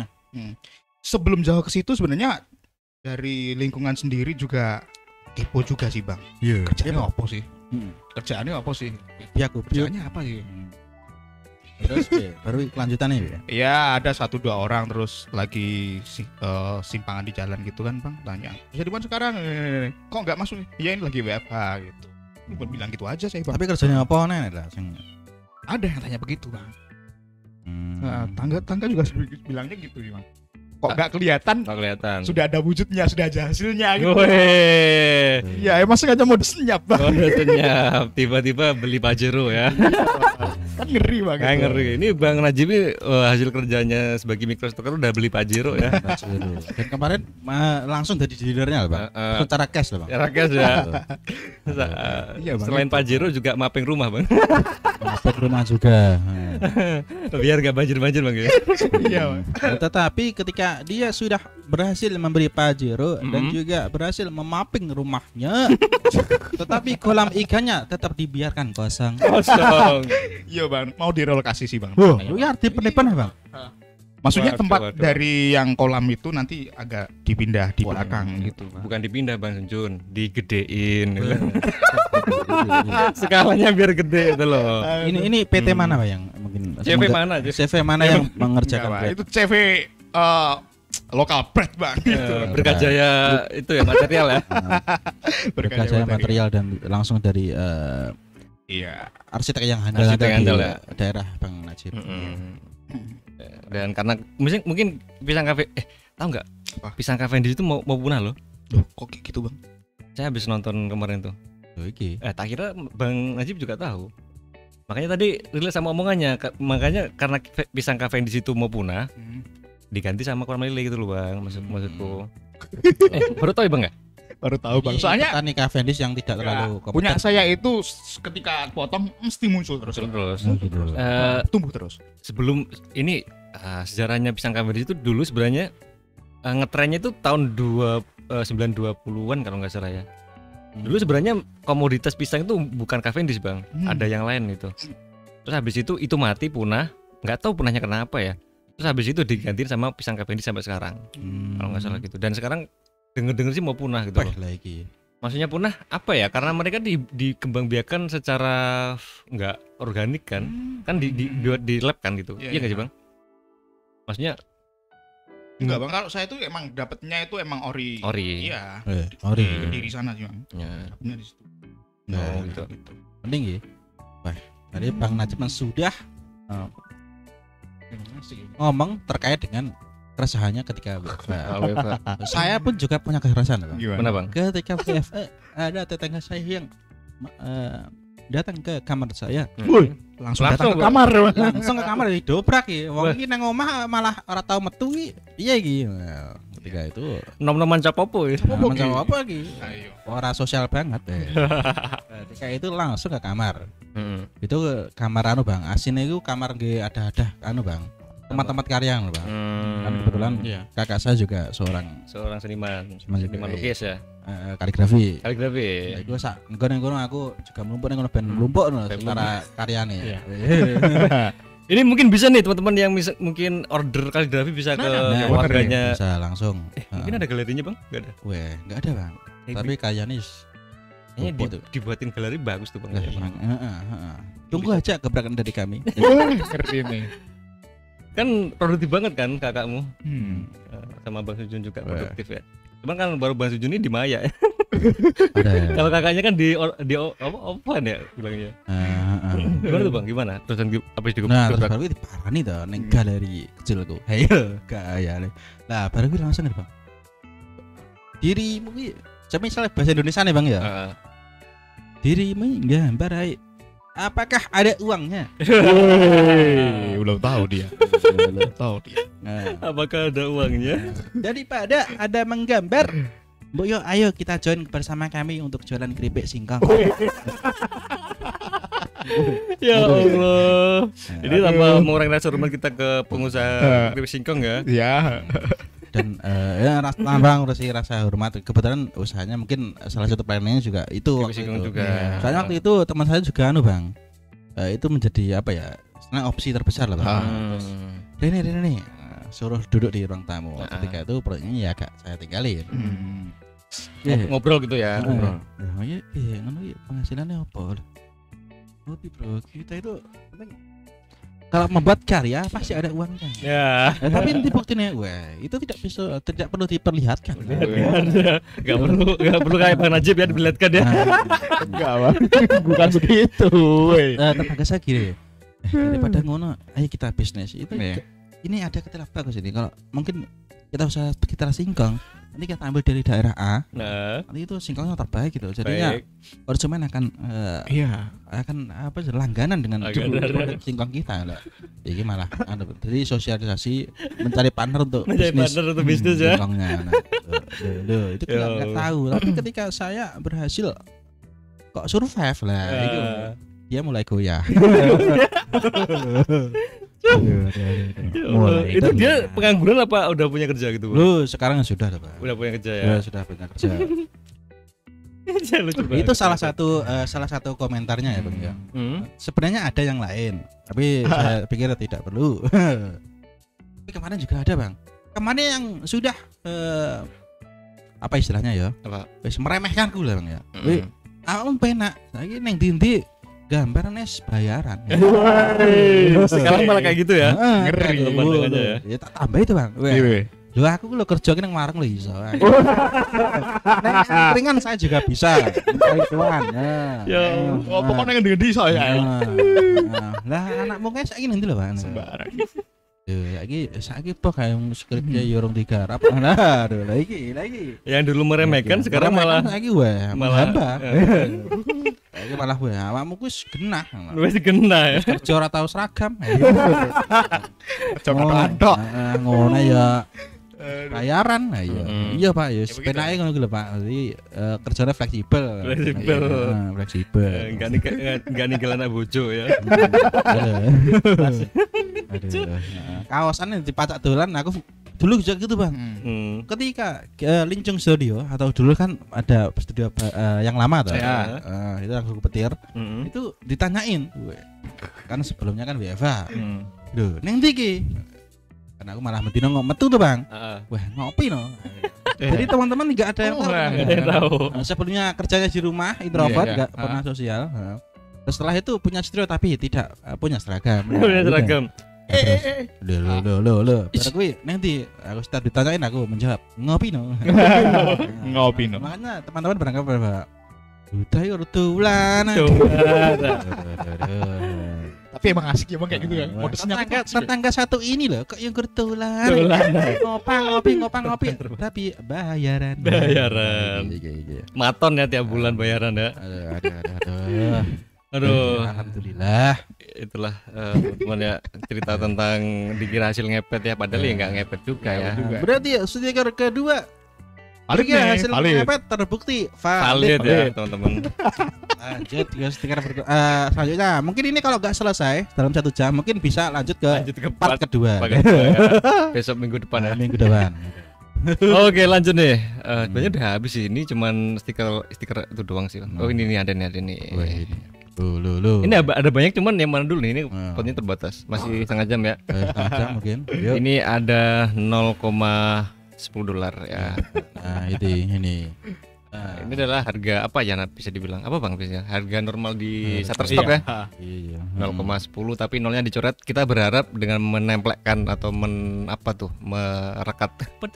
sebelum jauh ke situ sebenarnya dari lingkungan sendiri juga kepo juga sih bang. Iya. Kerjaannya apa sih? Kerjaannya apa sih? Ya Kerjaannya apa sih? Terus baru kelanjutannya ya? Iya ada 1-2 orang terus lagi simpangan di jalan gitu kan bang. Tanya bisa di mana sekarang? Kok nggak masuk? Iya ini lagi WFH gitu. Lu bilang gitu aja saya bang. Tapi kerjanya apa nih lah? Ada yang tanya begitu bang. Nah, tangga juga bilangnya gitu bang. Kok nggak kelihatan? Nggak kelihatan. Sudah ada wujudnya, sudah ada hasilnya gitu. Iya, emang sengaja mode senyap bang. Mode senyap. Tiba-tiba beli Pajero ya. Kan ngeri banget. Kayak ngeri. Ini Bang Najib ini hasil kerjanya sebagai microstocker udah beli Pajero ya. Dan kemarin langsung dari dealernya Bang. Secara cash loh Bang. Secara cash ya. Iya, Bang. Selain Pajero juga mapping rumah Bang. Mapping rumah juga. Biar gak banjir-banjir Bang ya. Iya bang. Tetapi ketika dia sudah berhasil memberi Pajero dan juga berhasil memapping rumahnya, tetapi kolam ikannya tetap dibiarkan kosong. Iya bang, mau direlokasi sih bang. Lu ya penipuan Bang. Maksudnya Waduh, tempat waduh. dari yang kolam itu nanti agak dipindah di belakang gitu bang. Bukan dipindah Bang Sunjun, digedein. Skalanya biar gede itu loh. Ini PT mana Pak yang mungkin CV mana aja? CV mana yang mengerjakan Enggak, Bang. proyek? Itu CV lokal bread bang. Gitu. Berkajaya itu ya material ya. Berkasnya material dan langsung dari Iya. arsitek yang handal Arsitek yang di handal ya. daerah Bang Najib. Dan karena mungkin pisang kafe tahu nggak? Apa? Pisang kafe di situ mau punah loh. Loh, kok kayak gitu bang? Saya habis nonton kemarin tuh. Oh, iki. Tak kira Bang Najib juga tahu. Makanya tadi relate sama omongannya, makanya karena pisang kafe di situ mau punah, diganti sama kolam lele gitu loh Bang, maksudku. Baru tahu ya Bang ya? Baru tahu bang. Soalnya petani Cavendish yang tidak terlalu punya saya itu ketika potong mesti muncul terus. Terus gitu. Tumbuh terus. Sebelum ini sejarahnya pisang kafe itu dulu sebenarnya ngetrennya itu tahun 920-an kalau nggak salah ya. Dulu sebenarnya komoditas pisang itu bukan Cavendish Bang, ada yang lain itu. Terus habis itu mati punah, nggak tahu punahnya kenapa ya. Terus habis itu digantiin sama pisang Cavendish sampai sekarang, kalau nggak salah gitu. Dan sekarang denger sih mau punah gitu loh. Lagi. Maksudnya punah apa ya? Karena mereka dikembangbiakan secara nggak organik kan, kan di lab kan gitu. Iya nggak sih Bang? Maksudnya enggak bang, kalau saya itu emang dapetnya itu emang ori. Iya. Ori. Di sana sih bang. Ya. Dapetnya di situ. Nah, gitu. Penting ya. Wah, tadi Bang Najib sudah ngomong terkait dengan keresahannya ketika WFH. Saya pun juga punya keresahan Bang. Gimana? Mana Bang? Ketika WFH ada tetangga saya yang datang ke kamar saya. Langsung datang ke kamar. Langsung ke kamar didobrak ya. Wong iki nang omah malah ora tau metu iki. Piye iki? Nah, ketika itu Nom-noman capopo ya. menjawab apa iki? Ayo. Ora sosial banget ya. Ketika itu langsung ke kamar. Itu ke kamar anu Bang. Asin itu kamar nggih ada anu Bang. Tempat-tempat karya anu Bang. Kan kebetulan kakak saya juga seorang seniman juga, lukis ya. Kaligrafi. Kaligrafi. Iku sak ngono aku juga mlumpuk ning ngono ben mlumpuk ngono secara karyane. Iya. Ini mungkin bisa nih teman-teman yang mungkin order kaligrafi bisa ke warganya. Bisa langsung. Mungkin ada galerinya Bang? Enggak ada. Weh, enggak ada Bang. Tapi karyane Kayaknya Bobo tuh. dibuatin galeri bagus tuh Bang. Tunggu aja gebrakan dari kami. Ngerti nih. Kan produktif banget kan kakakmu. Sama Bang Sujun juga Wah. produktif ya. Cuman kan baru Bang Sujun ini di Maya ya. Ada. Kalau kakaknya kan di offline ya bilangnya. Gimana tuh Bang? Gimana? Terus apa sih Nah, terus baru itu parani tuh neng galeri kecilku. Hayo, gaya nih. Lah, baru gue langsung nih, Bang. Dirimu ki, misalnya bahasa Indonesia nih, Bang ya. Dirimu gambar hai. Apakah ada uangnya? Woi, belum tahu dia. Belum tahu dia. Nah, Apakah ada uangnya? daripada ada menggambar, Mbok yo ayo kita join bersama kami untuk jualan keripik singkong. Ya Allah. Ini tanpa mengurangi rasa hormat kita ke pengusaha keripik singkong ya. Ya. Dan ya tambang rasa hormat. Kebetulan usahanya mungkin salah satu plannya juga itu Keripik waktu singkong itu. juga. Soalnya waktu itu teman saya juga Bang. Itu menjadi apa ya? Sebenarnya opsi terbesar lah Bang. Rene suruh duduk di ruang tamu. Ketika itu proyeknya ya agak saya tinggalin. Ngobrol gitu ya. Ngobrol. Ngono ya penghasilannya apa? Ngopi bro, kita itu kalau membuat karya pasti ada uangnya. Ya. Tapi nanti buktinya, itu tidak perlu diperlihatkan. Gak perlu kayak Bang Najib ya diperlihatkan ya. Enggak, Bang. Bukan begitu, woi. Tetangga saya gini. Daripada ngono, ayo kita bisnis. Ini ada ketelah bagus ini. Kalau mungkin kita usah sekitar singkong, nanti kita ambil dari daerah A. Nah, nanti itu singkongnya terbaik gitu. Jadinya konsumen akan apa langganan dengan produk singkong kita lah. Jadi malah jadi sosialisasi mencari partner untuk bisnis ya. Singkongnya. Itu kita nggak tahu. Tapi ketika saya berhasil kok survive lah, itu dia mulai goyah. Itu dia pengangguran apa udah punya kerja gitu? Lu sekarang sudah Pak. Udah punya kerja ya. Sudah punya kerja. Itu salah satu komentarnya ya Bang ya. Sebenarnya ada yang lain, tapi saya pikir tidak perlu. Tapi kemarin juga ada Bang. Kemarin yang sudah apa istilahnya ya? Wis meremehkanku lah Bang ya. Awakmu penak. Saiki ning ndi gambaran bayaran. Sekarang malah kayak gitu ya. Ngeri pandangannya ya. Ya tak tambah itu Bang. Lho aku lo kerja nang warung lho iso. Nek ringan saya juga bisa. Ituan. Ya, pokoknya ngendi-ngendi saya. Lah anakmu kae saiki ngendi lho Bang. Sembarang. Saiki apa kayak skripnya ya urung digarap. Lah iki. Yang dulu meremehkan sekarang malah saiki hamba. Saiki malah awakmu wis genah. Wis genah ya. Kerja ora tau seragam. Cocok. Ngono ya. Bayaran iya Pak ya penake ngono lho Pak. Jadi kerjanya fleksibel. Enggak ninggalan anak bojo ya. Kaosan yang dipacak dolan aku dulu juga gitu Bang. Ketika Lincung Studio atau dulu kan ada studio yang lama tuh. Itu langsung petir. Itu ditanyain. Kan sebelumnya kan WFA. Lho, ning ndi iki? Karena aku malah metu tuh Bang. Wah, ngopi no. Jadi teman-teman enggak ada yang tahu. Sebelumnya kerjanya di rumah introvert, enggak pernah sosial. Setelah itu punya studio tapi tidak punya seragam. Punya seragam. Loh. Baru kuwi nanti aku setelah ditanyain aku menjawab ngopi no. Ngopi no. Makanya teman-teman berangkat Pak. Udah yuk tulan. Tapi emang asik ya Bang kayak gitu ya. Modusnya tetangga satu ini loh kok yang gertulan. Ngopi. Tapi bayaran. Maton ya tiap bulan bayaran ya. Aduh. Alhamdulillah. Itulah teman ya cerita tentang dikira hasil ngepet ya padahal ya nggak ngepet juga ya. Berarti ya stiker kedua hasil ngepet terbukti valid ya teman-teman. Lanjut ke stiker selanjutnya. Mungkin ini kalau nggak selesai dalam 1 jam mungkin bisa lanjut ke part kedua. Besok minggu depan ya. Minggu depan. Oke lanjut nih. Sebenarnya udah habis sih. Ini cuman stiker itu doang sih. Oh ini nih ada nih. Ini ada banyak cuman yang mana dulu nih? Ini potnya terbatas. Masih setengah jam ya. Setengah jam mungkin. Ini ada $0,10 ya. Nah ini. Ini adalah harga apa ya bisa dibilang apa Bang biasanya? Harga normal di Harga- Shutterstock ya. Iya. 0,10 tapi nolnya dicoret. Kita berharap dengan menempelkan atau merekat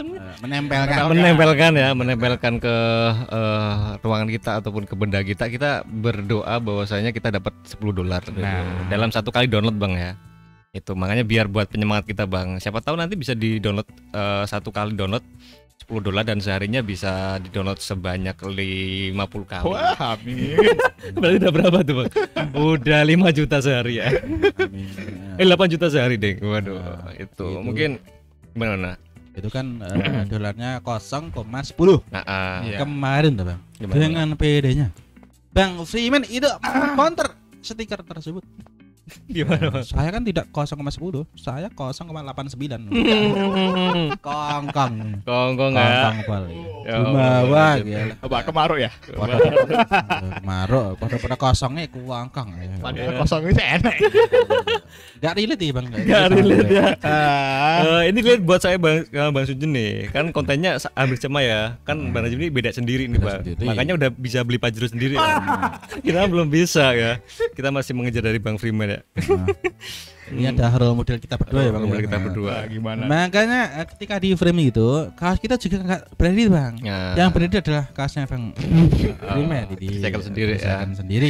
menempelkan ke ruangan kita ataupun ke benda kita berdoa bahwasanya kita dapat $10 dalam satu kali download Bang ya. Itu makanya biar buat penyemangat kita Bang. Siapa tahu nanti bisa di-download satu kali download $10 dan seharinya bisa di-download sebanyak 50 kali. Wah, amin. Berarti udah berapa tuh Bang? Udah 5 juta sehari ya. 8 juta sehari deh. Waduh, itu mungkin gimana? Itu kan dolarnya 0,10. Iya. Kemarin tuh Bang. Gimana? Dengan PD-nya. Bang Freeman itu counter stiker tersebut. Gimana Bang? Saya kan tidak 0,10, saya 0,89. Kongkong. Kongkong ya. Kongkong pal. Ya Cuma Allah, wah gitu. gila. Apa kemaruk ya? Maruk pada kosongnya kongkong ya. Padahal kosong itu enak. Gak relate ya Bang. Gak relate ya. Ini lihat buat saya Bang Sujun nih. Kan kontennya hampir sama ya. Kan Bang Najib ini beda sendiri nih Beda Bang. sendiri. Makanya udah bisa beli Pajero sendiri. Kita belum bisa ya. Kita masih mengejar dari Bang Freeman ya. Ini ada role model kita berdua ya Bang. Model ya. kita berdua. Gimana? Makanya ketika di frame itu kaos kita juga nggak branded Bang. Ya. Yang branded adalah kaosnya Bang Freeman di Second sendiri ya. second sendiri.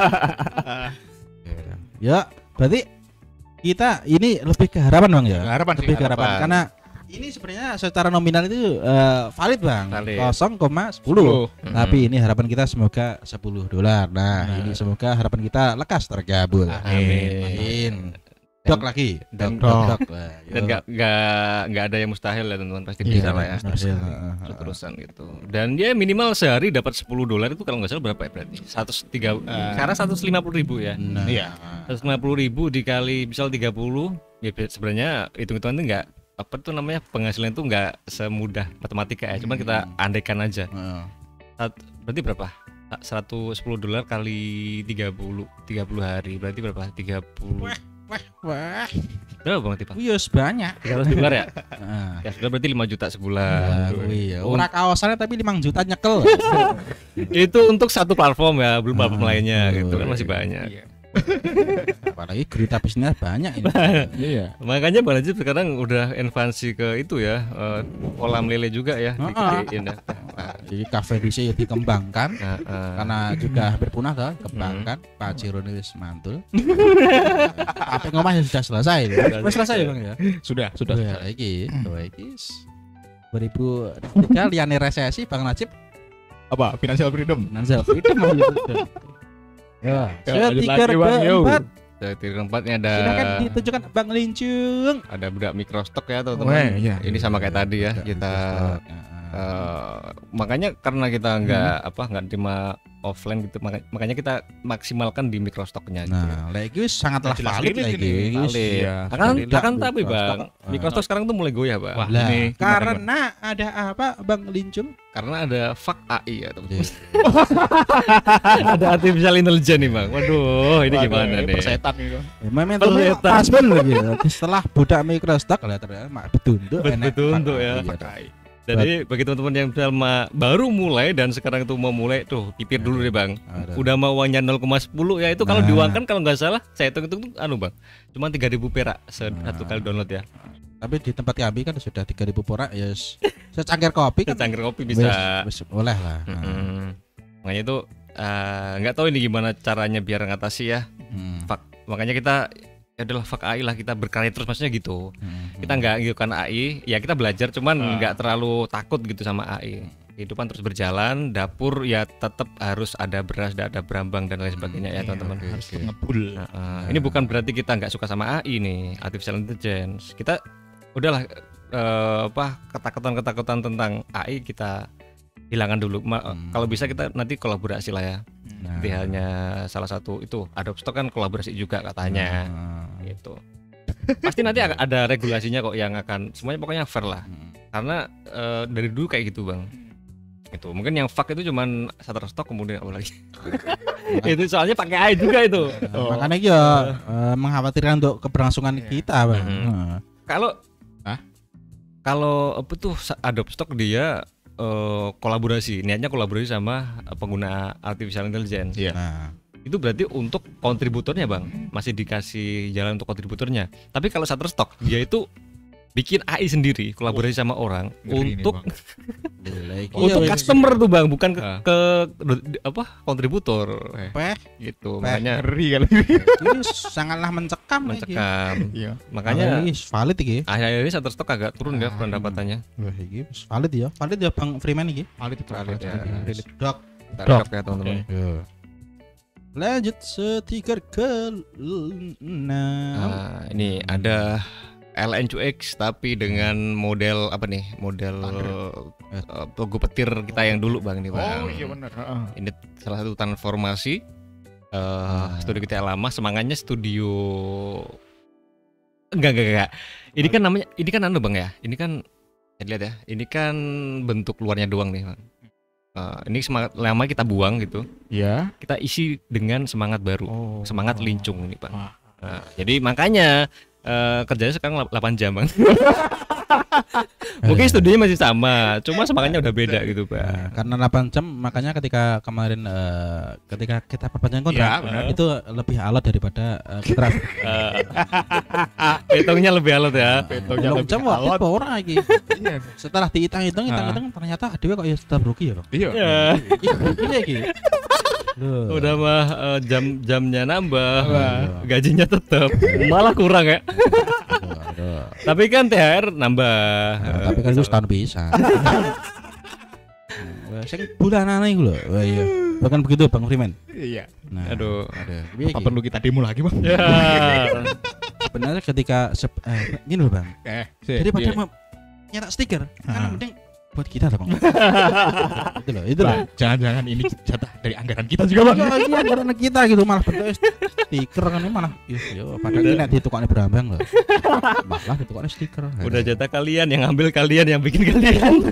Ya, berarti kita ini lebih ke harapan Bang ya. Harapan sih. Lebih ke harapan harapan. karena ini sebenarnya secara nominal itu valid Bang. Valid. 0,10. Tapi ini harapan kita semoga $10. Nah, ini semoga harapan kita lekas terkabul. Amin. Dok lagi. Dan- Dok. Dan nggak ada yang mustahil ya teman-teman, pasti Iya, bisa lah ya. mustahil. Terusan gitu. Dan dia minimal sehari dapat $10 itu kalau nggak salah berapa ya berarti? 103 sekarang 150.000 ya. Nah, Iya. 150.000 dikali misal 30 ya sebenarnya hitung-hitungan itu nggak apa tuh namanya penghasilan itu nggak semudah matematika ya. Cuman kita andaikan aja. heeh. Berarti berapa? $110 kali 30 hari berarti berapa? 30 Wah, berapa Bang Tipa? wis banyak. $300 ya? Heeh. Ya sudah berarti 5 juta Nah, sebulan. kuwi ya. Ora kaosannya tapi 5 juta nyekel. Itu untuk satu platform ya, belum platform lainnya gitu kan iya. masih banyak. Apalagi gurita bisnisnya banyak ini. Iya. Makanya Bang Najib sekarang udah invasi ke itu ya, kolam lele juga ya, digedein ya. Jadi kafe di sini dikembangkan karena juga hampir punah kan, kembangkan Pajero ini wis mantul. Apa ngomong sudah selesai. Wis selesai ya Bang ya. Sudah. Sudah lagi. 2003 liane resesi Bang Najib Apa? Financial freedom. Nanzel freedom gitu. Ya, lanjut tiga lagi, Bang, yo. keempat. Dari keempatnya ada Silakan ditunjukkan Bang Lincung. ada budak mikrostock ya teman-teman. Weh, iya. Ini sama kayak tadi ya, kita makanya karena kita nggak terima offline gitu, makanya kita maksimalkan di mikrostocknya gitu. Nah, lagi sangatlah Jelas valid ini, lagi. Valid. Iya, Akan valid. tapi Bang, mikrostock sekarang tuh mulai goyah Bang. Wah, Lah, ini gimana, karena ada apa Bang Lincung? Karena ada fuck AI ya teman-teman. Ada artificial intelligence nih Bang. Waduh, ini gimana nih? Persetan gitu. Memang itu Persetan. husband lagi. Setelah budak mikrostock lah ternyata mak betuntuk enak. Betuntuk ya. Iya, Pakai. Jadi bagi teman-teman yang baru mulai dan sekarang tuh mau mulai tuh pipir dulu deh Bang. Ada. Udah mau uangnya 0,10 ya itu kalau Nah. diuangkan kalau nggak salah saya hitung-hitung Bang. Cuma 3.000 perak satu kali download ya. Tapi di tempat kami kan sudah 3.000 porak ya. Secangkir kopi kan. Secangkir kopi bisa. Wis boleh lah. Makanya itu nggak tahu ini gimana caranya biar ngatasi ya. Makanya kita adalah fuck AI lah, kita berkarya terus maksudnya gitu. Kita nggak ngikutin AI, ya kita belajar cuman nggak terlalu takut gitu sama AI. Kehidupan terus berjalan, dapur ya tetap harus ada beras, ada berambang dan lain sebagainya ya teman-teman. Harus ngebul. Ini bukan berarti kita nggak suka sama AI nih, artificial intelligence. Kita udahlah ketakutan tentang AI kita hilangkan dulu. Kalau bisa kita nanti kolaborasi lah ya. Seperti halnya salah satu itu Adobe Stock kan kolaborasi juga katanya. Gitu. Pasti nanti ada regulasinya kok yang akan semuanya pokoknya fair lah. Karena dari dulu kayak gitu Bang. Itu mungkin yang fuck itu cuman Shutterstock kemudian apa lagi? Itu soalnya pakai AI juga itu. Makanya ya mengkhawatirkan untuk keberlangsungan kita Bang. Kalau apa tuh Adobe Stock dia kolaborasi, niatnya kolaborasi sama pengguna artificial intelligence. Iya. Nah, Itu berarti untuk kontributornya bang, masih dikasih jalan untuk kontributornya. Tapi kalau Shutterstock dia itu bikin AI sendiri, kolaborasi sama orang Ngeri ini, untuk Bang. untuk Iya, customer tuh bang, bukan Ah. ke apa kontributor Peh, gitu. Peh. Makanya Ngeri kali. ini sangatlah mencekam. mencekam. Iya. Makanya ini valid iki. akhir-akhir ini Shutterstock agak turun ya pendapatannya. Wah, iki valid ya. Valid ya Bang Freeman iki. Valid itu. Valid, ya. Dok. Kita Dok. rekap ya teman-teman. Ya. Lanjut stiker ke-6. Nah, ini ada LN2X tapi dengan model apa nih? Model logo petir kita yang dulu bang nih bang. Oh iya benar. Heeh. Ini salah satu transformasi studio kita yang lama. Semangatnya studio enggak. Ini kan namanya, ini kan anu bang ya. Ini kan lihat ya. Ini kan bentuk luarnya doang nih bang. Ini semangat lama kita buang gitu. Iya. Kita isi dengan semangat baru. Oh. Semangat lincung ini bang. Wah. Nah, jadi makanya kerjanya sekarang 8 jam bang. Mungkin studionya masih sama, cuma semangatnya udah beda gitu Nah, bang. karena 8 jam makanya ketika kemarin ketika kita perpanjang kontrak Iya, benar. itu lebih alot daripada kita Hitungnya lebih alot ya. Hitungnya belum lebih jam waktu alot. apa orang lagi. Iya. Setelah dihitung-hitung ternyata adewe kok ya tetap rugi ya Bang. Iya. Ya, Iya iki. Loh. udah mah jam-jamnya nambah, Wah. gajinya tetap, malah kurang ya. Aduh. Tapi kan THR nambah. Nah, tapi kan itu setahun bisa. Wah, sing bulanan iku lho. Wah iya. Bahkan begitu Bang Freeman. Iya. Nah, Aduh. Piye Apa iki? perlu kita demo lagi, Bang? Ya. Sebenarnya ketika gini loh Bang. Daripada Iya. mau nyetak stiker, kan Ah. mending buat kita lah Bang. itu loh. Bang, jangan-jangan ini jatah dari anggaran kita juga, Bang. Iya, karena kita gitu malah bentuknya stiker kan ini malah yo padahal ini nek ditukokne berambang loh. Malah ditukokne stiker. Udah jatah kalian yang ambil, kalian yang bikin kalian.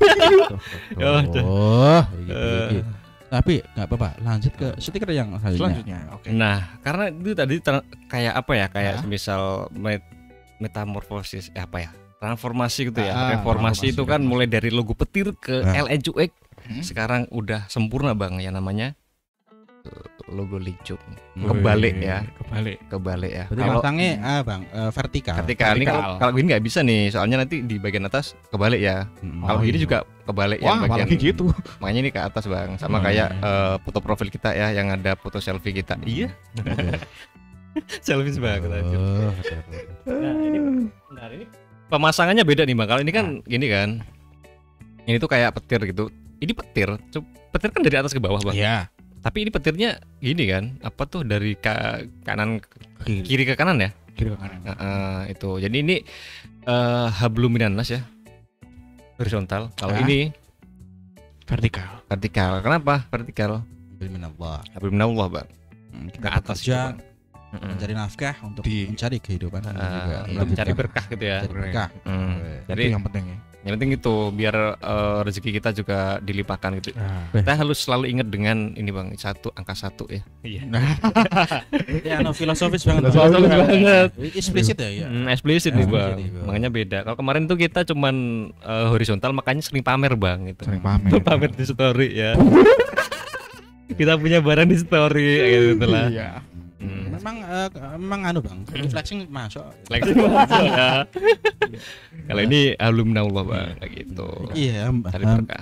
Oh, iki. Tapi nggak apa-apa, lanjut ke stiker yang selanjutnya. Selanjutnya, oke. Nah, karena itu tadi kayak apa ya? Kayak Hah? misal metamorfosis apa ya? Transformasi gitu ya. Ah, Reformasi itu kan reformasi. mulai dari logo petir ke Ah. LN2X. Hmm? Sekarang udah sempurna Bang yang namanya logo lincung. Kebalik ya. Kebalik ya. Berarti masangnya Bang, vertikal. Ketika ini vertikal. kalau gini nggak bisa nih, soalnya nanti di bagian atas kebalik ya. Kalau Oh, gini iya. juga kebalik Wah, yang bagian. apalagi gitu. Makanya ini ke atas Bang. Sama Oh, kayak iya. foto profil kita ya yang ada foto selfie kita. Iya. Selfie banget aja. Oh, Nah ini pemasangannya beda nih Bang. Kalau ini kan gini kan. Ini tuh kayak petir gitu. Ini petir. Petir kan dari atas ke bawah Bang. Iya. Tapi ini petirnya gini kan. Apa tuh dari kanan Kiri, kiri ke kanan ya? kiri ke kanan. Itu. Jadi ini hablum minanas ya. Horizontal. Kalau Ah. ini Vertikal. vertikal. Kenapa vertikal? Bismillah. Hablum minallah Bang. Kita Ke atas itu, bekerja, Bang. Mm-mm. mencari nafkah untuk Di- mencari kehidupan dan juga Mencari berkah gitu ya. mencari berkah. Jadi Itu yang penting ya. yang penting itu biar rezeki kita juga dilimpahkan gitu. Eh. Kita harus selalu ingat dengan ini Bang, angka 1 ya. Iya. Ini anu filosofis banget. Filosofis banget. Eksplisit ya, ya. Eksplisit nih Eksplisit, Bang. iya. Makanya beda. Kalau kemarin tuh kita cuman horizontal, makanya sering pamer Bang gitu. Sering pamer. Pamer di story ya. Kita punya barang di story kayak gitu lah. Iya. Memang anu Bang, flexing masuk. Flexing masuk ya. Kalau ini alumnaullah Bang kayak gitu. Iya, Cari berkah.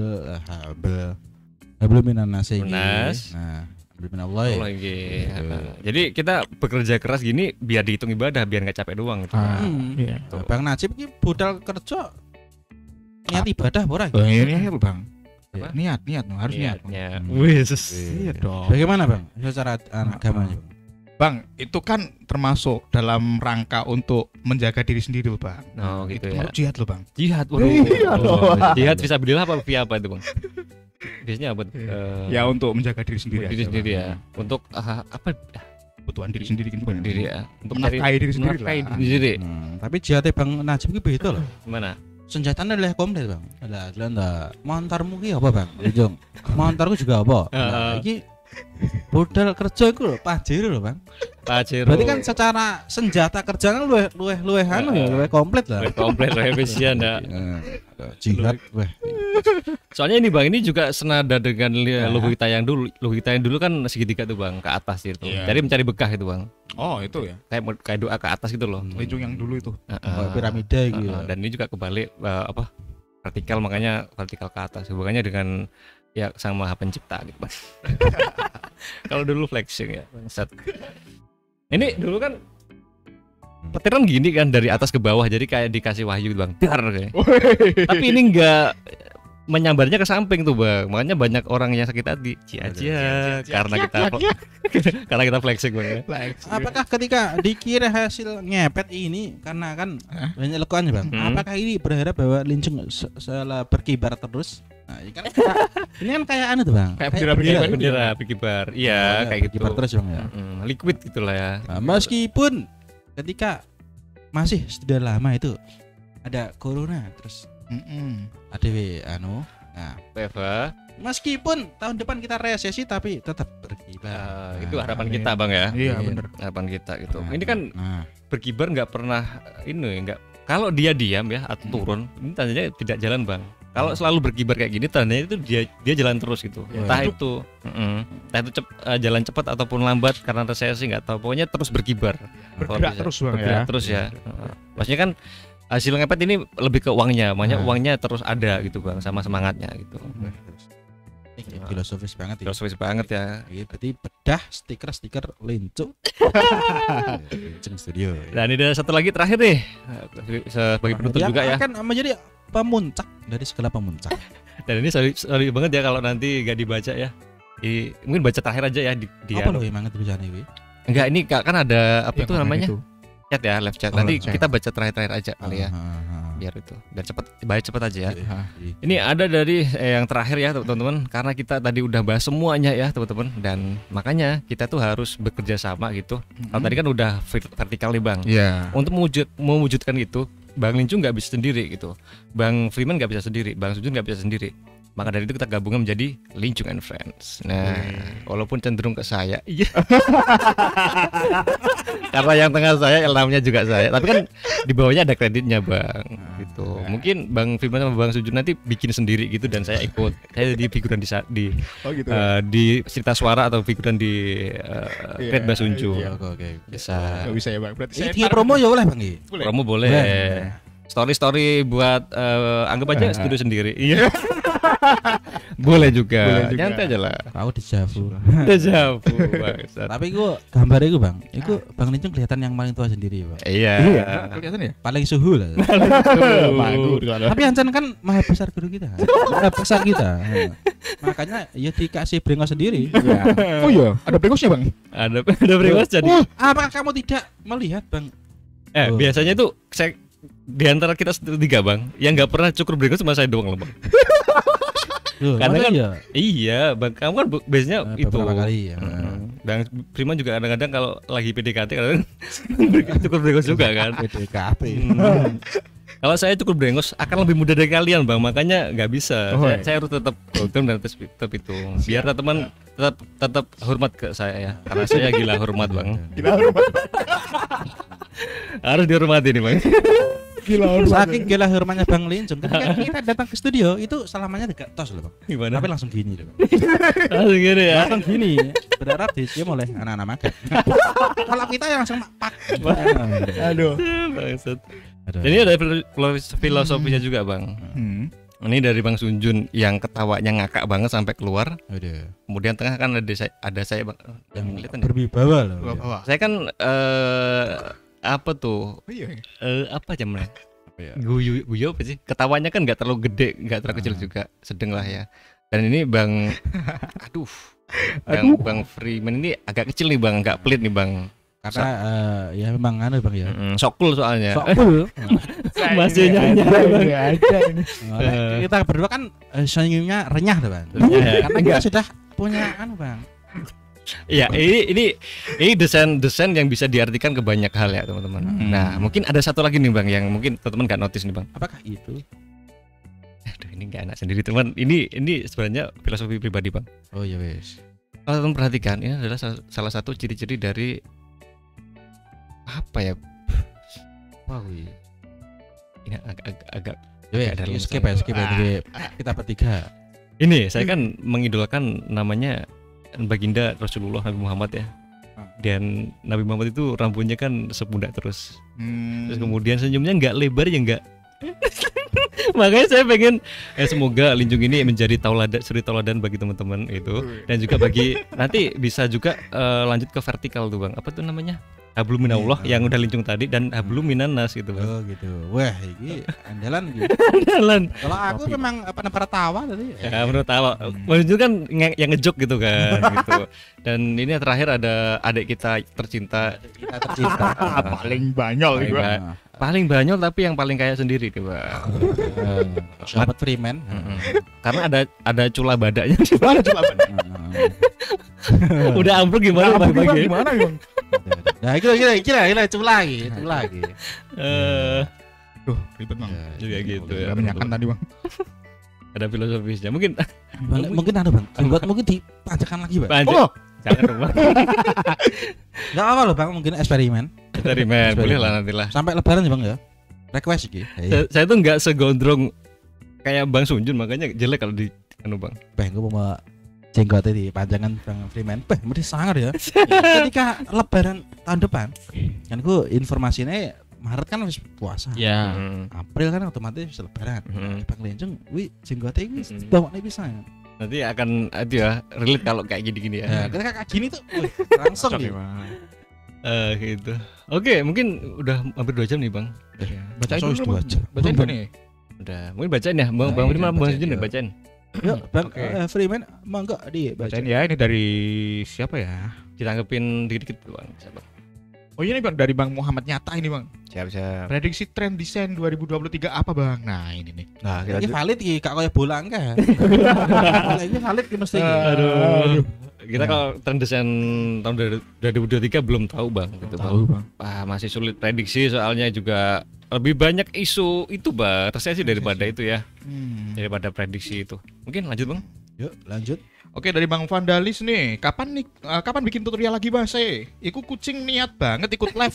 habel minan nasi. Minas. Nah, habel minan Allah. Allah iki. Jadi kita bekerja keras gini biar dihitung ibadah, biar nggak capek doang gitu. Ah, iya. Bang Najib iki budal kerja niat ibadah apa ora? Oh, ini ya, Bang. Apa? Niat, harus niat. Niatnya. Hmm. Wis. Iya dong. Bagaimana Bang? Secara agamanya. Bang, itu kan termasuk dalam rangka untuk menjaga diri sendiri, loh, Bang. Oh gitu Itu ya. menurut jihad loh, Bang. Jihad, waduh. Iya, Oh, loh. jihad fisabilillah apa via apa itu Bang? Biasanya apa? Ya untuk menjaga diri sendiri. diri aja, sendiri Bang. ya. Untuk apa? Kebutuhan diri sendiri kan, Bang. Diri ya. Untuk Menafkahi diri sendiri menafkahi lah. diri sendiri. Tapi jihate Bang Najib iki beda loh. Gimana? Senjatanya adalah komplit Bang. Lah, ndak montarmu ki apa Bang? Ujung. Montarku juga apa? Nah, iki budal kerja iku lho, pajero lho Bang. Pajero. Berarti kan secara senjata kerja kan luwih anu ya, luwih komplit lah. komplit lah efisien ya. Jihad weh Soalnya ini Bang, ini juga senada dengan logo kita yang dulu. Logo kita yang dulu kan segitiga tuh Bang, ke atas gitu. Iya. Jadi mencari bekah itu Bang. Oh, itu ya. Kayak doa ke atas gitu loh. Licung yang dulu itu. Kayak piramida gitu. Dan ini juga kebalik vertikal, makanya vertikal ke atas. Hubungannya dengan ya Sang Maha Pencipta gitu Bang. Kalau dulu flexing ya bangsat. Ini dulu kan petiran gini kan dari atas ke bawah, jadi kayak dikasih wahyu gitu Bang. Dar kayak. Tapi ini enggak menyambarnya ke samping tuh Bang. Makanya banyak orang yang sakit hati. Cia-cia karena karena kita flexing Bang ya. Apakah ketika dikira hasil ngepet ini karena kan banyak lekuannya Bang? Apakah ini berharap bahwa Lincung salah berkibar terus? Nah, ini kan kayak anu tuh Bang. Kayak Bendera berkibar. Iya, kayak gitu. Berkibar terus Bang ya. Liquid gitulah ya. Nah, meskipun ketika masih sudah lama itu ada corona terus ada anu. Nah, Eva. meskipun tahun depan kita resesi tapi tetap berkibar. Itu harapan kita Bang ya. Iya, bener. Harapan kita gitu. Ini kan berkibar nggak pernah ini nggak. Kalau dia diam ya atau turun, ini tandanya tidak jalan Bang. Kalau selalu berkibar kayak gini, tandanya itu dia jalan terus gitu. Entah itu jalan cepat ataupun lambat karena resesi nggak tahu. Pokoknya terus berkibar. Bergerak terus Bang bergerak ya. terus ya. Maksudnya kan hasil ngepet ini lebih ke uangnya, makanya uangnya terus ada gitu Bang, sama semangatnya gitu. Filosofis banget ya. Filosofis banget ya. Berarti bedah stiker Lincung. Lincung Studio. Dan ini ada satu lagi terakhir nih sebagai penutup juga ya. Akan menjadi pemuncak dari segala pemuncak. Dan ini sorry banget ya kalau nanti gak dibaca ya. Mungkin baca terakhir aja ya dia. Apa loh emang itu bisa nih? Enggak, ini kan ada apa itu namanya? Itu. Chat ya, live chat. Nanti kita baca terakhir aja kali ya. Biar itu, biar cepet aja ya. Ini ada dari yang terakhir ya teman-teman, karena kita tadi udah bahas semuanya ya teman-teman, dan makanya kita tuh harus bekerja sama gitu. Kalau tadi kan udah vertikal nih Bang. Iya. Untuk mewujudkan itu, Bang Lincung nggak bisa sendiri gitu, Bang Freeman nggak bisa sendiri, Bang Sujun nggak bisa sendiri. Maka dari itu kita gabungkan menjadi Lincung and Friends. Nah, walaupun cenderung ke saya, iya. Karena yang tengah saya, namanya juga saya. Tapi kan di bawahnya ada kreditnya Bang. Gitu. Mungkin Bang Firman sama Bang Sujun nanti bikin sendiri gitu dan saya ikut. Saya jadi figuran di cerita suara atau figuran di Red Bang Sujun. Oke. Bisa. Gak bisa ya Bang. Berarti saya promo ya boleh Bang. Promo boleh. Story buat anggap aja studio sendiri. Iya. Boleh juga. Nyantai aja lah. Tahu dejavu. Tapi gua gambar itu Bang. Itu Bang Lincung kelihatan yang paling tua sendiri Bang. Iya. Kelihatan ya? Paling suhu lah. Tapi Ancan kan maha besar guru kita. Maha besar kita. Makanya ya dikasih brengos sendiri. Oh iya, ada brengosnya Bang. Ada brengos jadi. Apakah kamu tidak melihat Bang? Biasanya tuh saya di antara kita tiga Bang, yang nggak pernah cukur brengos cuma saya doang loh Bang. Karena kan iya Bang, kamu kan biasanya itu beberapa kali ya. Bang Prima juga kadang-kadang kalau lagi PDKT kadang cukur brengos juga kan. PDKT. Kalau saya cukur brengos akan lebih mudah dari kalian Bang, makanya nggak bisa. Saya harus tetap program dan tetap itu. Biar teman tetap hormat ke saya ya, karena saya gila hormat Bang. Gila hormat. Harus dihormati nih Bang. Saking gila hormatnya Bang Lincung, ketika kita datang ke studio itu salamannya dekat tos loh Bang. Gimana? Tapi langsung gini loh Bang. Langsung gini ya. Langsung gini. Berharap dicium oleh anak-anak makan. Kalau kita yang langsung pak. Aduh. Bangsat. Ini ada filosofinya juga Bang. Ini dari Bang Sunjun yang ketawanya ngakak banget sampai keluar. Kemudian tengah kan ada saya Bang yang berwibawa loh. Saya kan apa tuh? Apa namanya? Guyu apa sih? Ketawanya kan nggak terlalu gede, nggak terlalu kecil juga, sedang lah ya. Dan ini Bang, Bang Freeman ini agak kecil nih Bang, agak pelit nih Bang. Karena ya memang anu Bang ya. Sokul soalnya. Sokul. Masih nyanyi Bang. Kita berdua kan senyumnya renyah tuh Bang. Karena kita sudah punya anu Bang. Iya, ini desain yang bisa diartikan ke banyak hal ya teman-teman. Nah, mungkin ada satu lagi nih Bang yang mungkin teman-teman nggak notice nih Bang. Apakah itu? Aduh, ini nggak enak sendiri teman. Ini sebenarnya filosofi pribadi Bang. Oh iya wes. Kalau teman perhatikan, ini adalah salah satu ciri-ciri dari apa ya? Wow, ini agak Ya, Ada skip ya, skip ya. Kita bertiga. Ini saya kan mengidolakan namanya baginda Rasulullah Nabi Muhammad ya. Dan Nabi Muhammad itu rambutnya kan sepundak terus. Terus kemudian senyumnya nggak lebar ya nggak. Makanya saya pengen semoga Linjung ini menjadi suri tauladan bagi teman-teman itu, dan juga bagi nanti bisa juga lanjut ke vertikal tuh Bang. Apa tuh namanya? Hablum minallah yang udah Linjung tadi dan hablum minannas gitu Bang. Oh gitu. Wah, ini andalan gitu. Andalan. Kalau aku memang pernah tawa tadi. Ya menurut tawa. Linjung kan yang ngejok gitu kan gitu. Dan ini terakhir ada adik kita tercinta. Kita tercinta. Paling banyol nih, Bang. Paling banyak tapi yang paling kaya sendiri nih Bang. Sahabat Freeman. Karena ada cula badaknya. Gimana coba, Bang? Udah ambruk gimana Bang? Gimana, Bang? Nah, kira itu lagi. Duh, ribet, Bang. Juga gitu ya. Menyakan tadi, Bang. Ada filosofisnya. Mungkin ada Bang. Buat mungkin dipanjakan lagi, Bang. Oh, jangan Bang. Enggak apa loh, Bang, mungkin eksperimen. Boleh lah nantilah. Sampai lebaran sih, Bang ya. Request iki. Saya tuh enggak segondrong kayak Bang Sunjun, makanya jelek kalau di Bang. Bang, gue mau jenggotnya di panjangan Bang Freeman. Mesti sangar ya. Ketika lebaran tahun depan, kan gue informasinya Maret kan habis puasa. Ya. April kan otomatis bisa lebaran. Bang Linjung, jenggotnya ini bawanya bisa. Nanti akan itu ya relate kalau kayak gini-gini ya. Ketika kayak gini tuh langsung gitu. Gitu. Oke, mungkin udah hampir 2 jam nih Bang. Bacain dulu, 2 jam. Bacain nih. Udah, mungkin bacain ya. Bang Freeman, Bang Sunjun ya bacain. Yuk, Bang Freeman, monggo Bacain ya, ini dari siapa ya? Ditanggepin dikit-dikit Bang. Siapa? Oh iya nih Bang, dari Bang Muhammad Nyata ini Bang. Siap. Prediksi tren desain 2023 apa Bang? Nah ini nih. Nah, ini valid iki, gak kaya bola enggak. Ini valid ki mesti. Aduh. Kita kalau tren desain tahun 2023 belum tahu Bang, gitu Bang. Masih sulit prediksi soalnya juga lebih banyak isu itu Bang, resesi daripada itu ya. Daripada prediksi itu. Mungkin lanjut Bang. Yuk, lanjut. Oke, dari Bang Vandalis nih, kapan bikin tutorial lagi Bang? Iku kucing niat banget ikut live.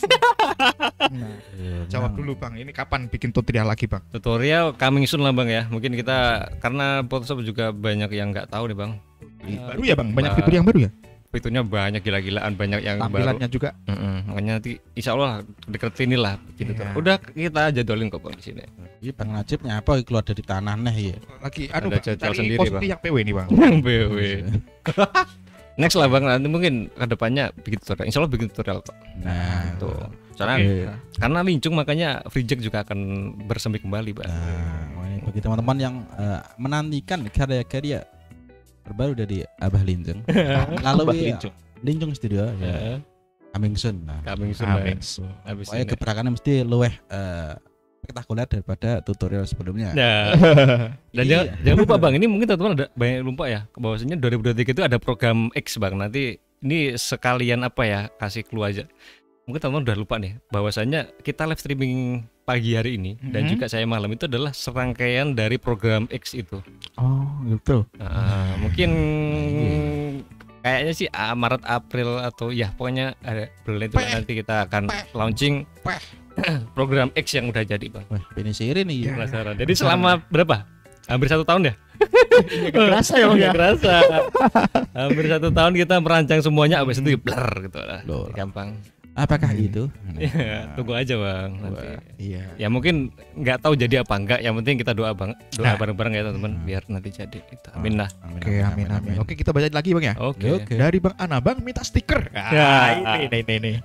Jawab dulu Bang, ini kapan bikin tutorial lagi Bang? Tutorial coming soon lah Bang ya. Mungkin kita karena Photoshop juga banyak yang nggak tahu nih Bang. Baru ya Bang, banyak fitur yang baru ya? Fiturnya banyak gila-gilaan, banyak yang tampilannya baru. juga. Makanya nanti insya Allah deket ini lah gitu. Udah kita jadwalin kok Bang di sini. Iya Bang Najib nyapa keluar dari tanah nih ya. Lagi ada Bang, jadwal cari sendiri Bang. yang PW nih Bang. Yang PW. Next lah Bang, nanti mungkin kedepannya bikin tutorial. Insya Allah bikin tutorial kok. Nah, tuh. Soalnya karena Linjung makanya Freeject juga akan bersemi kembali Bang. Nah, bagi teman-teman yang menantikan karya-karya terbaru dari Abah Linjung. Lalu Linjung Studio ya. Coming soon. Coming soon. Habis ini gebrakannya mesti luweh spektakuler daripada tutorial sebelumnya. Nah. Dan jangan lupa Bang, ini mungkin teman-teman ada banyak lupa ya, bahwasanya 2023 itu ada program X Bang. Nanti ini sekalian apa ya, kasih clue aja. Mungkin teman-teman udah lupa nih bahwasanya kita live streaming pagi hari ini dan juga saya malam itu adalah serangkaian dari program X itu. Oh, gitu. Mungkin kayaknya sih Maret April atau ya pokoknya ada bulan itu nanti kita akan launching program X yang udah jadi Bang. Wah, penisirin nih. Penasaran. Jadi selama berapa? Hampir 1 tahun ya? Kerasa ya Bang ya? Kerasa. Hampir 1 tahun kita merancang semuanya, habis itu blar gitu lah. Gampang. Apakah itu? Ya, tunggu aja Bang nanti. Iya. Ya mungkin nggak tahu jadi apa enggak, yang penting kita doa bareng-bareng ya teman-teman biar nanti jadi gitu. Amin lah. Oke, amin. Oke, kita baca lagi Bang ya. Oke. Dari Bang Ana, Bang minta stiker. Ini.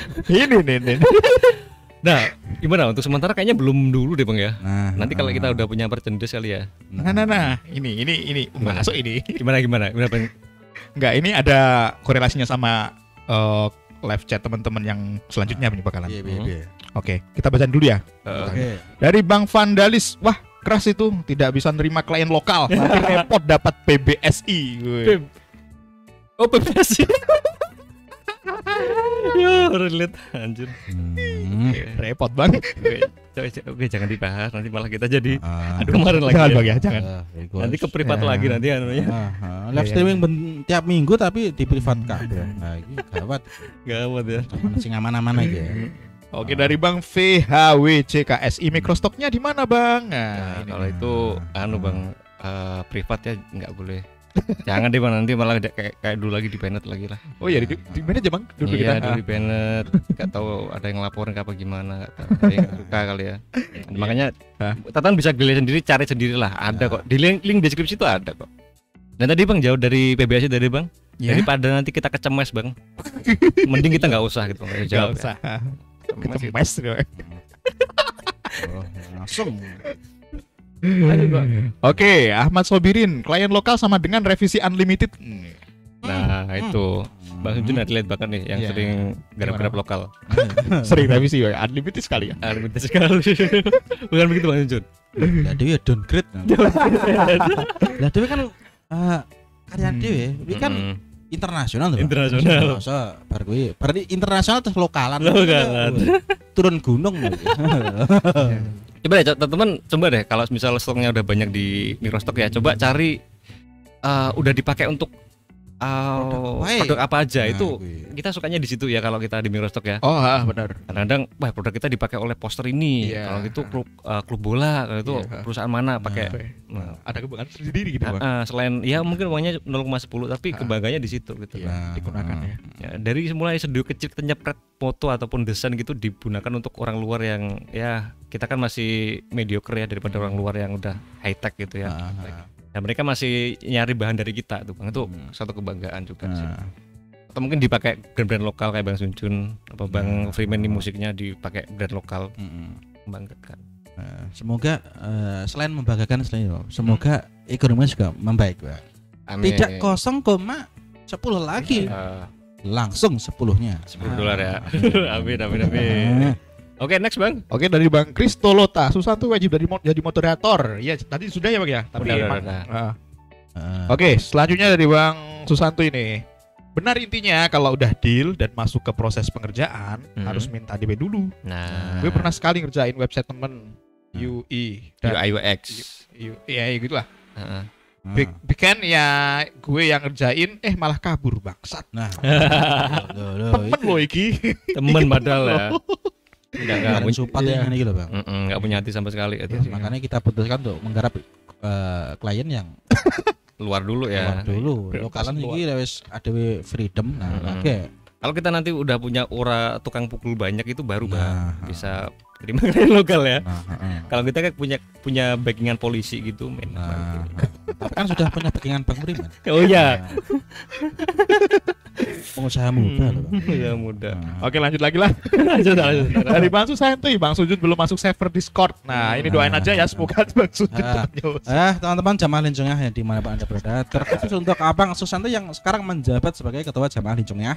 Nah, gimana untuk sementara kayaknya belum dulu deh Bang ya. Nanti kalau kita udah punya merchandise kali ya. Nah. Ini masuk ini. Gimana Bang? Enggak, ini ada korelasinya sama live chat teman-teman yang selanjutnya bakalan. Iya. Oke, kita bacain dulu ya. Dari Bang Vandalis, wah keras itu, tidak bisa nerima klien lokal, nanti repot dapat PBSI. Oh PBSI. Yo, relate anjir. Repot Bang. Oke, jangan dibahas, nanti malah kita jadi kemarin lagi. Jangan Bang ya, jangan. Nanti ke privat lagi nanti anunya. Live streaming tiap minggu tapi di privat kabeh. Nah, iki gawat ya. sing aman-aman aja. Oke, dari Bang VHWCKSI, mikrostoknya di mana Bang? Nah, kalau itu Bang, privat ya nggak boleh. Jangan deh Bang, nanti malah kayak dulu lagi di Bennett lagi lah. Oh iya, di mana aja Bang? Dulu iya, kita. dulu di Bennett. Nggak tahu ada yang laporin apa gimana, nggak tahu. Ada yang nggak suka kali ya. Makanya Tatan bisa dilihat sendiri, cari sendiri lah. Ada kok. Di link deskripsi itu ada kok. Dan tadi Bang jauh dari PBSI tadi Bang. Daripada nanti kita kecemes Bang. Mending kita nggak usah gitu. Nggak usah. Kecemes gitu. Langsung. Oke, Ahmad Sobirin, klien lokal sama dengan revisi unlimited. Nah, itu Bang Junjun lihat bahkan nih yang sering garap-garap lokal. Sering revisi ya, unlimited sekali ya. Unlimited sekali. Bukan begitu Bang Junjun. Lah Dewi downgrade. Lah Dewi kan karya Dewi, ini kan internasional tuh. Internasional. Masa bar kuwi, berarti internasional terus lokalan. Turun gunung. Coba deh teman-teman, coba deh kalau misal stoknya udah banyak di mikrostok ya, coba cari udah dipakai untuk produk apa aja. Itu kita sukanya di situ ya kalau kita di mikrostok ya. Oh, benar. Kadang-kadang produk kita dipakai oleh poster ini. Kalau itu klub bola, kalau itu perusahaan mana pakai. Ada kebanggaan sendiri gitu Bang. Selain ya mungkin uangnya 0,10 tapi kebanggaannya di situ gitu. Digunakan ya. Dari mulai studio kecil kita nyepret foto ataupun desain gitu digunakan untuk orang luar yang ya kita kan masih mediocre ya daripada orang luar yang udah high tech gitu ya. Nah, mereka masih nyari bahan dari kita tuh Bang, itu satu kebanggaan juga sih. Atau mungkin dipakai brand-brand lokal kayak Bang Junjun apa Bang Freeman di musiknya dipakai brand lokal. Membanggakan. Semoga selain membanggakan semoga ekonominya juga membaik, Pak. Amin. Tidak 0,10 lagi. Langsung 10-nya. $10 ya. Amin. Oke, next Bang. Oke, dari Bang Kristolota, Susanto wajib jadi moderator. Iya, tadi sudah ya Bang ya. Tapi udah. Oke, selanjutnya dari Bang Susanto ini. Benar intinya kalau udah deal dan masuk ke proses pengerjaan harus minta DP dulu. Nah, gue pernah sekali ngerjain website temen UI dan UI UX. Iya, gitulah. Bikin ya gue yang ngerjain malah kabur bangsat. Nah. Temen lo iki. Temen padahal ya. Enggak punya support yang ini gitu Bang. Enggak punya hati sama sekali itu. Makanya kita putuskan untuk menggarap klien yang luar dulu ya. Lokalan iki wis ada freedom. Nah, oke. Kalau kita nanti udah punya aura tukang pukul banyak itu baru Bang bisa terima klien lokal ya. Kalau kita kan punya backingan polisi gitu tapi kan sudah punya backingan Bang Freeman. Oh iya. Pengusaha muda loh Bang. Pengusaha muda. Oke, lanjut lagi lah. lanjut. Dari Bang Susanto, Bang Sujud belum masuk server Discord. Nah, ini doain aja ya semoga Bang Sujud teman-teman jamaah lincungnya yang di mana Anda berada, terkhusus untuk Abang Susanto yang sekarang menjabat sebagai ketua jamaah lincungnya.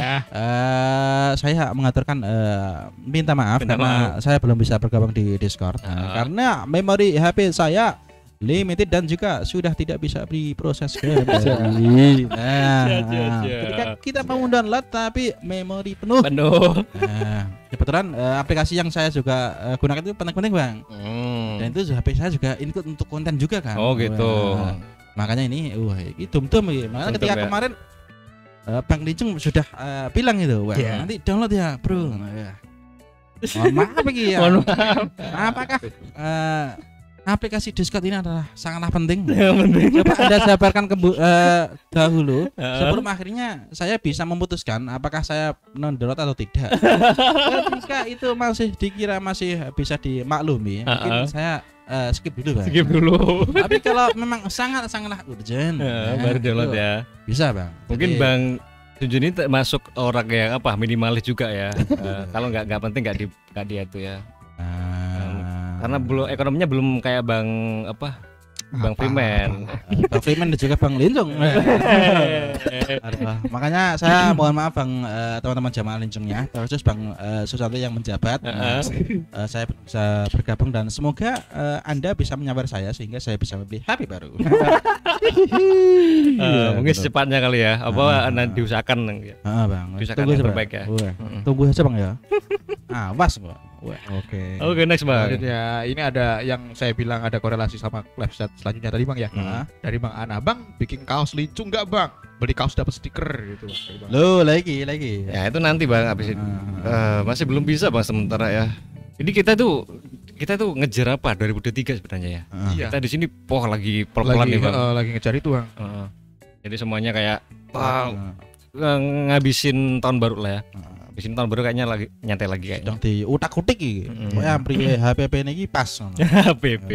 Saya mengaturkan minta maaf karena saya belum bisa bergabung di Discord karena memori HP saya limited dan juga sudah tidak bisa diproses kembali. Ketika kita mau download tapi memori penuh. Kebetulan aplikasi yang saya juga gunakan itu penting-penting Bang. Dan itu HP saya juga include untuk konten juga kan. Oh gitu. Makanya ini tum-tum ya. Makanya ketika kemarin Bang Lincung sudah bilang itu, nanti download ya bro. Mohon maaf ya. Apakah aplikasi Discord ini adalah sangatlah penting. Coba Anda jabarkan dahulu sebelum akhirnya saya bisa memutuskan apakah saya non-download atau tidak. Ketika itu masih dikira masih bisa dimaklumi, mungkin saya skip dulu Bang. Tapi kalau memang sangatlah urgent, baru download ya. Bisa Bang. Mungkin jadi, Bang Junjun ini termasuk orang yang minimalis juga ya. Kalau nggak penting nggak dia itu ya. Karena ekonominya belum kayak Bang Freeman. Bang Freeman dan juga Bang Lincung. Makanya saya mohon maaf Bang teman-teman jamaah lincungnya, terus Bang Susanto yang menjabat. Saya bisa bergabung dan semoga Anda bisa menyamar saya sehingga saya bisa membeli HP baru. Mungkin secepatnya kali ya. Nanti diusahakan ya. Bang. Diusahakan yang terbaik ya. Tunggu aja Bang ya. Awas Bang. Oke. Oke, next Bang. Selanjutnya ini ada yang saya bilang ada korelasi sama website selanjutnya tadi Bang ya. Dari Bang Ana, Bang bikin kaos lincung nggak Bang? Beli kaos dapat stiker gitu Bang. Lo lagi. Ya itu nanti Bang habis itu. Masih belum bisa Bang sementara ya. Ini kita tuh ngejar apa 2023 sebenarnya ya. Iya. Kita di sini lagi pelan-pelan nih Bang. Lagi ngejar itu Bang. Jadi semuanya kayak ngabisin tahun baru lah ya. Habisin tahun baru kayaknya lagi nyantai lagi kayaknya. Yang di utak-utik iki. Pokoknya priye HPP niki pas ngono. HPP.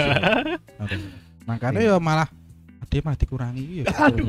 Makanya ya malah dia malah dikurangi iki ya.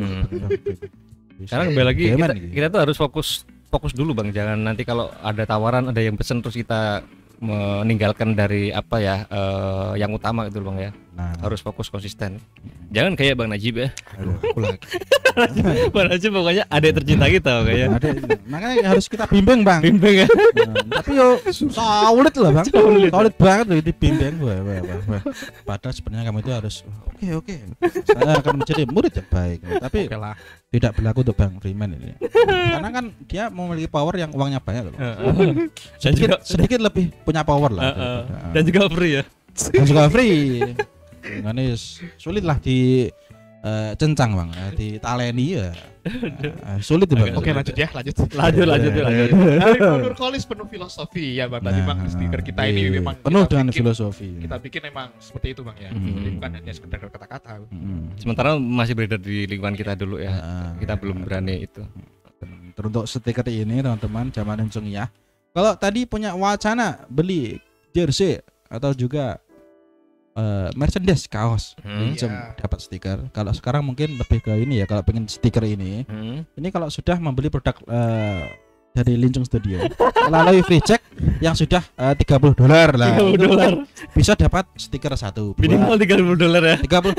Sekarang kembali lagi kita tuh harus fokus dulu Bang. Jangan nanti kalau ada tawaran ada yang pesen terus kita meninggalkan dari apa ya yang utama gitu Bang ya. Nah, harus fokus konsisten. Jangan kayak Bang Najib ya. Aku lagi. Bang Najib pokoknya adek tercinta kita kayaknya. Makanya harus kita bimbing Bang. Bimbing ya. Tapi yo solid lah Bang. Solid banget loh dibimbing. Wah. Padahal sebenarnya kamu itu harus oke. Saya akan menjadi murid yang baik. Tapi tidak berlaku untuk Bang Freeman ini. Karena kan dia memiliki power yang uangnya banyak loh. Sedikit lebih punya power lah. Dan juga free ya. Dan juga free. Makanya sulit lah di cencang Bang, di taleni ya. Sulit Bang. Oke lanjut. Lanjut. Dari Nur Kolis penuh filosofi ya Bang. Tadi Bang stiker kita ini memang penuh dengan filosofi. Kita bikin memang seperti itu Bang ya. Jadi bukan hanya sekedar kata-kata. Sementara masih beredar di lingkungan kita dulu ya. Kita belum berani itu. Untuk stiker ini teman-teman zaman ya. Kalau tadi punya wacana beli jersey atau juga merchandise kaos pinjam dapat stiker. Kalau sekarang mungkin lebih ke ini ya, kalau pengen stiker ini kalau sudah membeli produk dari Lincung Studio melalui free check yang sudah $30 lah. $30 bisa dapat stiker satu. Minimal $30 ya.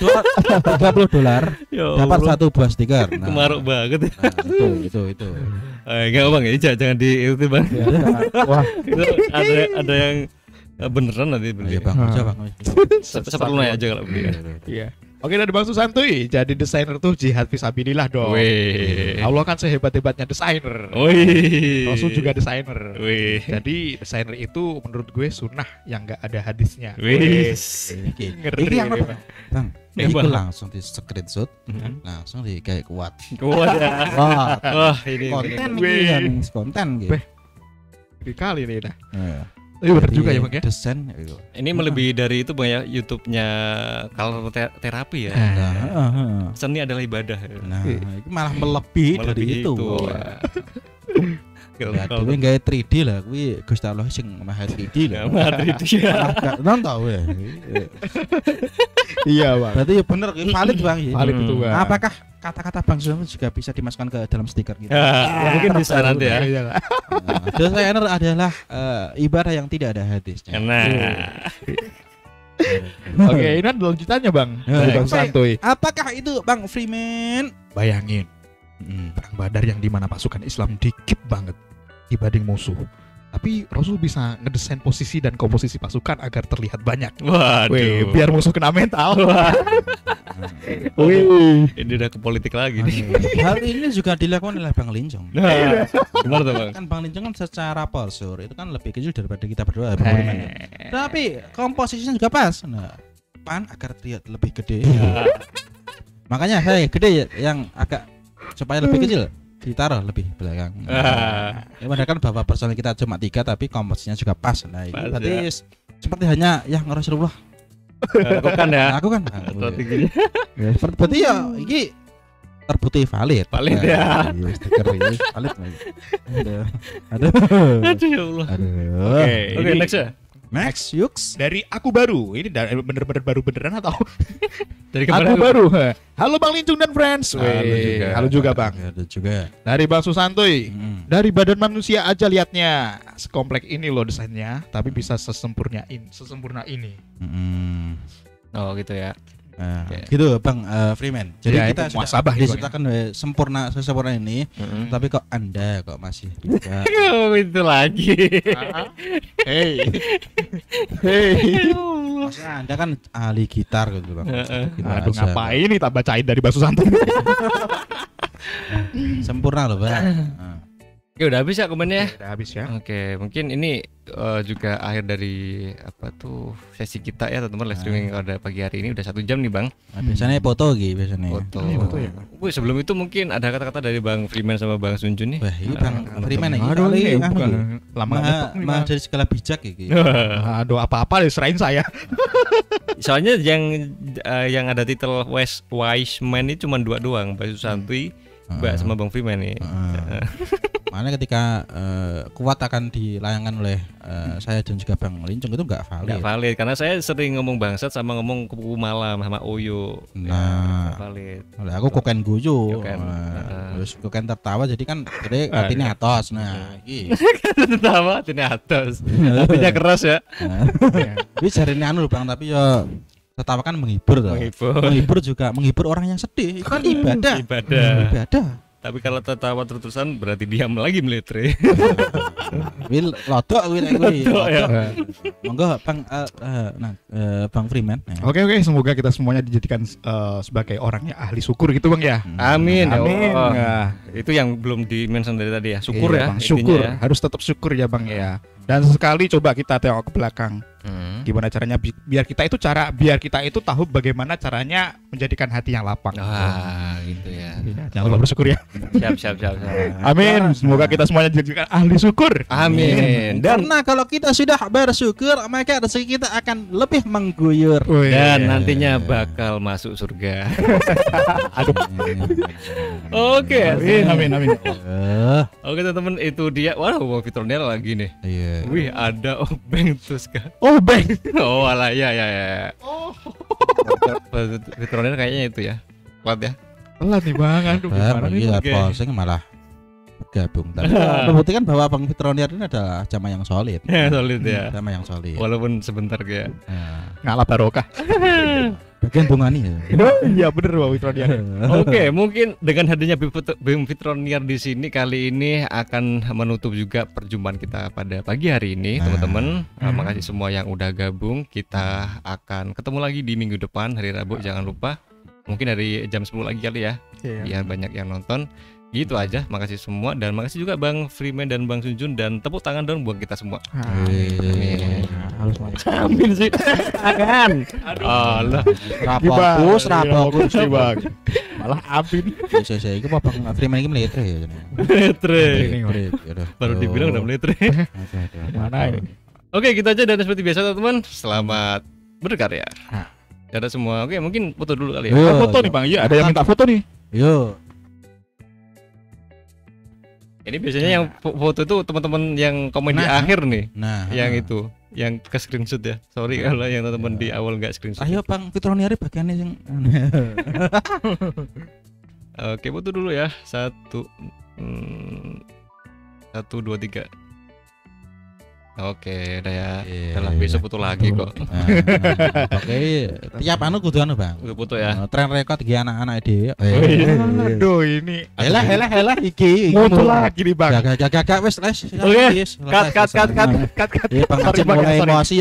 $30 dapat satu buah stiker. Nah, kemaruk banget. Nah, itu. Enggak Bang, ini jangan di itu Bang. Wah, itu ada yang beneran nanti beli. Iya Bang, aja Bang. Seperlunya aja kalau beli. Iya. Oke dari Bang Susantuy, jadi desainer tuh jihad fisabilillah dong. Wih. Allah kan sehebat-hebatnya desainer. Wih. Rasul juga desainer. Wih. Jadi desainer itu menurut gue sunnah yang nggak ada hadisnya. Wih. Ngeri Ini yang ini, apa? Bang, itu langsung di screenshot, langsung di kayak kuat. Kuat ya. Wah, ini konten gitu. Kali ini dah. Iya benar juga ya Bang ya. Desain ini melebihi dari itu Bang ya, YouTube-nya color terapi ya. Seni adalah ibadah. Nah, itu malah melebihi dari itu. Dewe gawe 3D lah kuwi Gusti Allah sing maha 3D lah. Maha 3D ya. Nonton ya. Iya Bang. Berarti ya bener valid Bang ya. Valid itu Bang. Apakah kata-kata Bang Susan juga bisa dimasukkan ke dalam stiker gitu? Mungkin bisa nanti ya. Desainer adalah ibadah yang tidak ada hadisnya. Nah. Oke, ini ada lanjutannya Bang. Dari Bang Santuy. Apakah itu Bang Freeman? Bayangin perang Badar yang dimana pasukan Islam dikit banget dibanding musuh. Tapi Rasul bisa ngedesain posisi dan komposisi pasukan agar terlihat banyak. Waduh. Biar musuh kena mental. Ini udah ke politik lagi nih. Hal ini juga dilakukan oleh Bang Lincong. Nah, gimana tuh Bang? Kan Bang Lincong kan secara postur itu kan lebih kecil daripada kita berdua. Tapi komposisinya juga pas. Nah, pan agar terlihat lebih gede. Makanya saya gede yang agak supaya lebih kecil ditaruh lebih belakang. Ya padahal kan bapak personil kita cuma 3 tapi komposisinya juga pas. Nah, itu berarti seperti hanya yang Rasulullah lakukan ya. Lakukan. Strateginya. Ya, berarti ya ini terbukti valid. Valid ya. Iya, stiker ini valid. Aduh. Aduh ya Allah. Oke, next ya. Max Yux dari aku baru. Ini bener-bener baru beneran atau dari aku baru? Halo Bang Lincung dan friends. Halo juga Bang. Ada juga. Dari Bang Susantuy. Dari badan manusia aja liatnya. Sekomplek ini loh desainnya, tapi bisa sesempurna ini. Oh gitu ya. Gitu Bang Freeman. Jadi ya, kita sudah diciptakan sesempurna ini, tapi kok Anda kok masih bisa. Itu lagi. Hey. Maksudnya Anda kan ahli gitar gitu Bang. Aduh ngapain nih tak bacain dari Bang Susantuy. Sempurna loh Bang. Oke, udah habis ya komennya. Udah habis ya. Oke, mungkin ini juga akhir dari apa tuh sesi kita ya teman-teman, live streaming pada pagi hari ini udah 1 jam nih Bang. Nah, biasanya foto gitu biasanya. Foto. Foto ya. Wih, sebelum itu mungkin ada kata-kata dari Bang Freeman sama Bang Sunjun nih. Wah, ini Bang Freeman iki Aduh, kali ini anu bukan iki. lama Maha dari segala bijak iki. Aduh, apa-apa diserahin saya. Soalnya yang ada titel wise man ini cuma 2 doang, Mbak Susanti, Mbak sama Bang Freeman nih. Makanya ketika kuat akan dilayangkan oleh saya dan juga Bang Lincung itu nggak valid. Nggak valid karena saya sering ngomong bangsat sama ngomong kupu malam sama Oyo. Nah, nggak valid. oleh aku koken guyu. Koken. Terus koken tertawa jadi kan gede artinya atos. Nah, iki. Tertawa ini atas. Artinya keras ya. Ini jarine anu lho Bang, tapi ya tertawa kan menghibur toh. Menghibur juga menghibur orang yang sedih. Itu kan ibadah. Ibadah. Tapi kalau tertawa terus-terusan berarti diam lagi meletre. Wil lodok kuwi nek kuwi. Lodok, ya. Monggo Bang Bang Freeman. Oke, semoga kita semuanya dijadikan sebagai orang yang ahli syukur gitu Bang ya. Amin. Amin. Oh, Nah, itu yang belum di-mention dari tadi ya. Syukur iya, ya. Bang, intinya syukur. ya. Harus tetap syukur ya Bang ya. Dan sekali coba kita tengok ke belakang. Gimana caranya biar kita itu tahu bagaimana caranya menjadikan hati yang lapang. Wah, gitu ya. Jangan lupa bersyukur ya. Siap. Amin. Semoga kita semuanya dijadikan ahli syukur. Amin. Dan Karena kalau kita sudah bersyukur, maka rezeki kita akan lebih mengguyur. nantinya bakal masuk surga. Oke. Amin. Oke teman-teman, itu dia. Waduh, Bang Fitronel lagi nih. Iya. Wih, ada Obeng Tuska. Oh, Bang. Oh, alah ya. Oh. Fitronel kayaknya itu ya. Kuat ya. Telat nih Bang. Aduh, gimana nih? Iya, Oke. posting malah bergabung. Tapi membuktikan bahwa Bang Fitroniar ini adalah jamaah yang solid. Ya, solid ya. Jamaah yang solid. Walaupun sebentar kayak. Nah, Ngalah barokah. bagian bungani ya. Iya bener Bang Fitroniar. Oke, mungkin dengan hadirnya Bim Fitroniar di sini kali ini akan menutup juga perjumpaan kita pada pagi hari ini, teman-teman. Makasih semua yang udah gabung. Kita akan ketemu lagi di minggu depan hari Rabu, jangan lupa. Mungkin dari jam 10 lagi kali ya. Biar banyak yang nonton. Gitu aja, makasih semua dan makasih juga Bang Freeman dan Bang Sunjun dan tepuk tangan dong buat kita semua. Amin. Harus mati. Amin sih. Tangan. Allah. Rapokus. Bang. Malah amin. Saya itu Bang Freeman ini meletre ya. Meletre. Ya. Baru dibilang udah meletre. Mana ini? Oke, gitu aja dan seperti biasa teman-teman, selamat berkarya. Dadah semua. Oke, mungkin foto dulu kali ya. Foto nih Bang. Iya, ada yang minta foto nih. Yo. Ini biasanya yang foto itu teman-teman yang komen di Nah. akhir nih. Nah, Yang itu, yang ke screenshot ya. Sorry kalau yang teman-teman di awal enggak screenshot. ayo Bang Fitroniar bagiannya yang Oke, foto dulu ya. 1 2 3. Oke, udah ya. Udah besok foto lagi kok. Oke, tiap anu kudu anu Bang. Udah foto ya. Tren rekod di anak-anak dhewe. Aduh ini. Helah iki. Foto lagi nih Bang. Gak wis les. Oke. Cut. Iya, Bang Aceh mulai emosi.